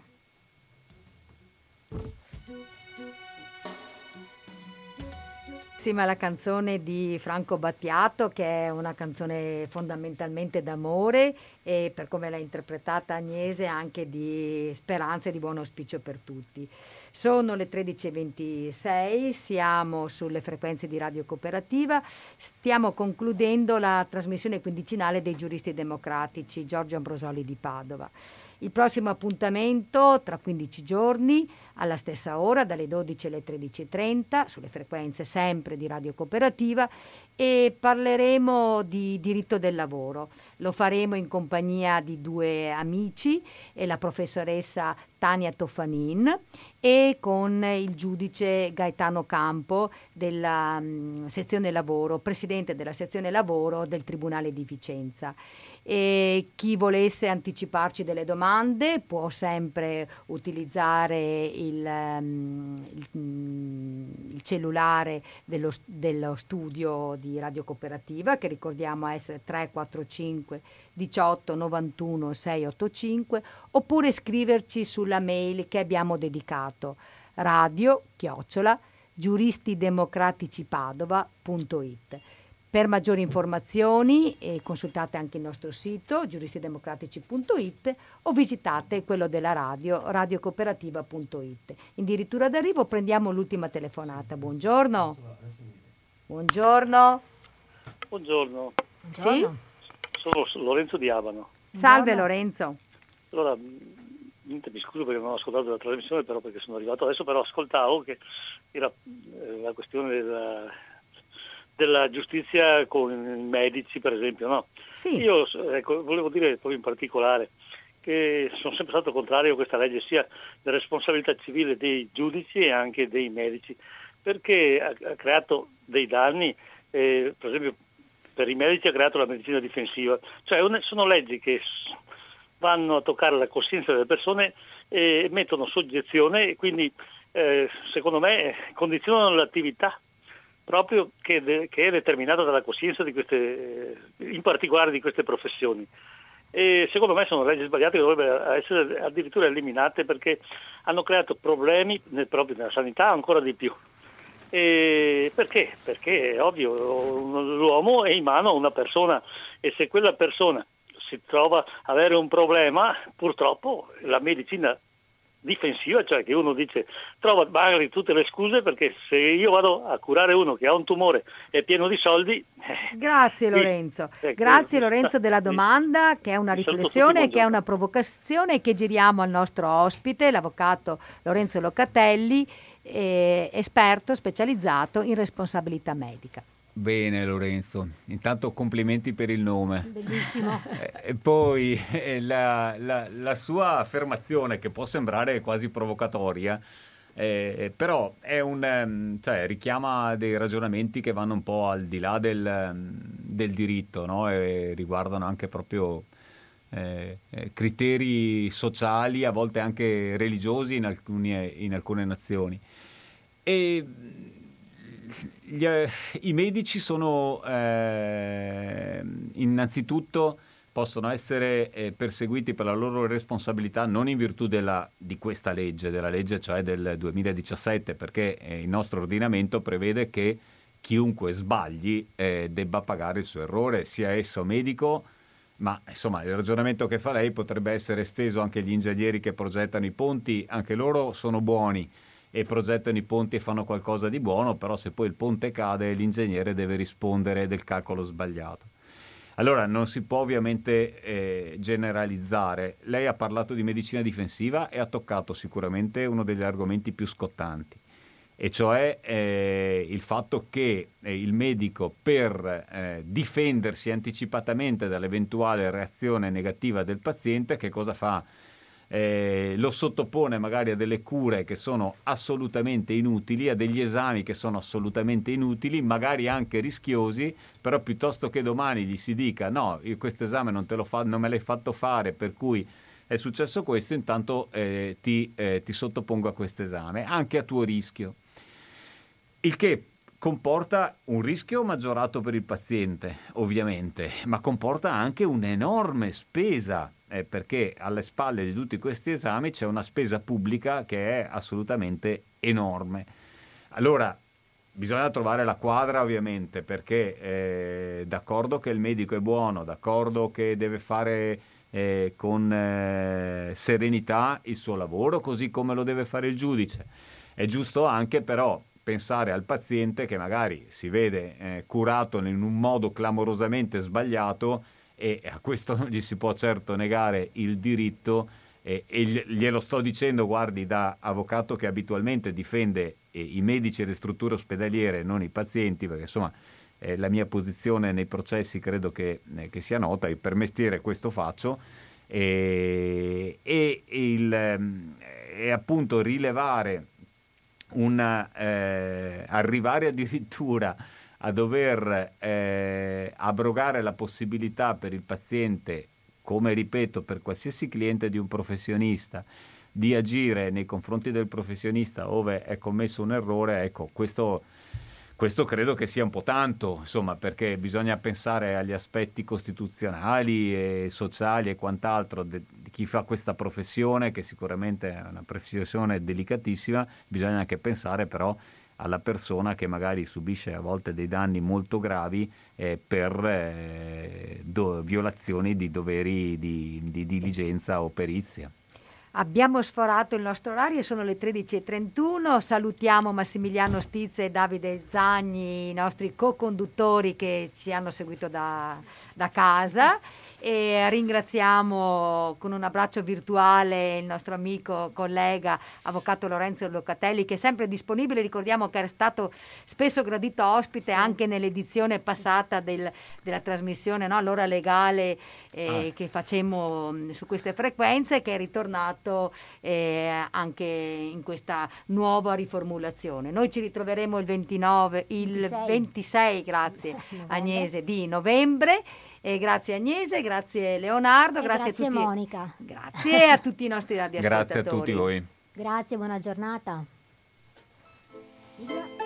La canzone di Franco Battiato, che è una canzone fondamentalmente d'amore e, per come l'ha interpretata Agnese, anche di speranza e di buon auspicio per tutti. Sono le tredici e ventisei, siamo sulle frequenze di Radio Cooperativa, stiamo concludendo la trasmissione quindicinale dei Giuristi Democratici, Giorgio Ambrosoli di Padova. Il prossimo appuntamento tra quindici giorni, alla stessa ora, dalle dodici alle tredici e trenta, sulle frequenze sempre di Radio Cooperativa, e parleremo di diritto del lavoro. Lo faremo in compagnia di due amici, e la professoressa Tania Toffanin e con il giudice Gaetano Campo della um, sezione lavoro, presidente della sezione lavoro del Tribunale di Vicenza. E chi volesse anticiparci delle domande può sempre utilizzare il, um, il, il cellulare dello, dello studio di Radio Cooperativa, che ricordiamo essere tre quattro cinque diciotto novantuno seicentoottantacinque, oppure scriverci sulla mail che abbiamo dedicato, radio chiocciola giuristidemocraticipadova punto it. Per maggiori informazioni eh, consultate anche il nostro sito giuristidemocratici punto it o visitate quello della radio radiocooperativa punto it. Addirittura d'arrivo prendiamo l'ultima telefonata. Buongiorno. Buongiorno. Buongiorno. Sì? Sono Lorenzo di Abano. Salve Lorenzo. Allora, niente, mi scuso perché non ho ascoltato la trasmissione, però perché sono arrivato adesso, però ascoltavo che era eh, la questione della, della giustizia con i medici, per esempio, no? Sì. Io ecco, volevo dire proprio in particolare che sono sempre stato contrario a questa legge, sia della responsabilità civile dei giudici e anche dei medici, perché ha, ha creato dei danni, eh, per esempio per i medici ha creato la medicina difensiva, cioè sono leggi che vanno a toccare la coscienza delle persone e mettono soggezione e quindi eh, secondo me condizionano l'attività proprio che, de- che è determinata dalla coscienza di queste, in particolare di queste professioni. E secondo me sono leggi sbagliate che dovrebbero essere addirittura eliminate, perché hanno creato problemi nel, proprio nella sanità ancora di più. E perché? Perché è ovvio, l'uomo è in mano a una persona e se quella persona si trova a avere un problema, purtroppo la medicina difensiva, cioè che uno dice trova magari tutte le scuse, perché se io vado a curare uno che ha un tumore e è pieno di soldi. Grazie Lorenzo, ecco, grazie Lorenzo della domanda, che è una riflessione, che è una provocazione che giriamo al nostro ospite, l'avvocato Lorenzo Locatelli, eh, esperto specializzato in responsabilità medica. Bene Lorenzo, intanto complimenti per il nome. Bellissimo. E poi eh, la, la, la sua affermazione, che può sembrare quasi provocatoria, eh, però è un, cioè, richiama dei ragionamenti che vanno un po' al di là del, del diritto, no? E riguardano anche proprio eh, criteri sociali, a volte anche religiosi in, alcuni, in alcune nazioni. E Gli, eh, i medici sono eh, innanzitutto possono essere eh, perseguiti per la loro responsabilità non in virtù della, di questa legge, della legge cioè del duemiladiciassette, perché eh, il nostro ordinamento prevede che chiunque sbagli eh, debba pagare il suo errore, sia esso medico, ma insomma il ragionamento che fa lei potrebbe essere esteso anche agli ingegneri che progettano i ponti, anche loro sono buoni. e progettano i ponti e fanno qualcosa di buono, però se poi il ponte cade l'ingegnere deve rispondere del calcolo sbagliato. Allora non si può ovviamente eh, generalizzare. Lei ha parlato di medicina difensiva e ha toccato sicuramente uno degli argomenti più scottanti, e cioè eh, il fatto che eh, il medico per eh, difendersi anticipatamente dall'eventuale reazione negativa del paziente, che cosa fa? Eh, lo sottopone magari a delle cure che sono assolutamente inutili, a degli esami che sono assolutamente inutili, magari anche rischiosi, però piuttosto che domani gli si dica no, io questo esame non, te lo fa, non me l'hai fatto fare, per cui è successo questo, intanto eh, ti, eh, ti sottopongo a questo esame, anche a tuo rischio. Il che comporta un rischio maggiorato per il paziente, ovviamente, ma comporta anche un'enorme spesa, eh, perché alle spalle di tutti questi esami c'è una spesa pubblica che è assolutamente enorme. Allora, bisogna trovare la quadra, ovviamente, perché eh, d'accordo che il medico è buono, d'accordo che deve fare eh, con eh, serenità il suo lavoro, così come lo deve fare il giudice. È giusto anche però pensare al paziente che magari si vede eh, curato in un modo clamorosamente sbagliato, e a questo non gli si può certo negare il diritto, eh, e glielo sto dicendo, guardi, da avvocato che abitualmente difende eh, i medici e le strutture ospedaliere, non i pazienti, perché insomma eh, la mia posizione nei processi credo che, eh, che sia nota, e per mestiere questo faccio, e, e, il, e appunto rilevare Una, eh, arrivare addirittura a dover eh, abrogare la possibilità per il paziente, come ripeto per qualsiasi cliente di un professionista, di agire nei confronti del professionista ove è commesso un errore, ecco, questo, questo credo che sia un po' tanto, insomma, perché bisogna pensare agli aspetti costituzionali e sociali e quant'altro de, di chi fa questa professione, che sicuramente è una professione delicatissima. Bisogna anche pensare però alla persona che magari subisce a volte dei danni molto gravi eh, per eh, do, violazioni di doveri di, di diligenza o perizia. Abbiamo sforato il nostro orario, sono le tredici e trentuno, salutiamo Massimiliano Stizza e Davide Zagni, i nostri co-conduttori che ci hanno seguito da, da casa, e ringraziamo con un abbraccio virtuale il nostro amico, collega, avvocato Lorenzo Locatelli, che è sempre disponibile. Ricordiamo che era stato spesso gradito ospite anche nell'edizione passata del, della trasmissione, no? L'ora legale eh, ah. che facemmo su queste frequenze, che è ritornato eh, anche in questa nuova riformulazione. Noi ci ritroveremo il ventinove, il ventisei, ventisei grazie Agnese, di novembre. E grazie Agnese, grazie Leonardo, e grazie, grazie a tutti, Monica. Grazie a tutti i nostri radioascoltatori. Grazie a tutti voi. Grazie, buona giornata. Sigla.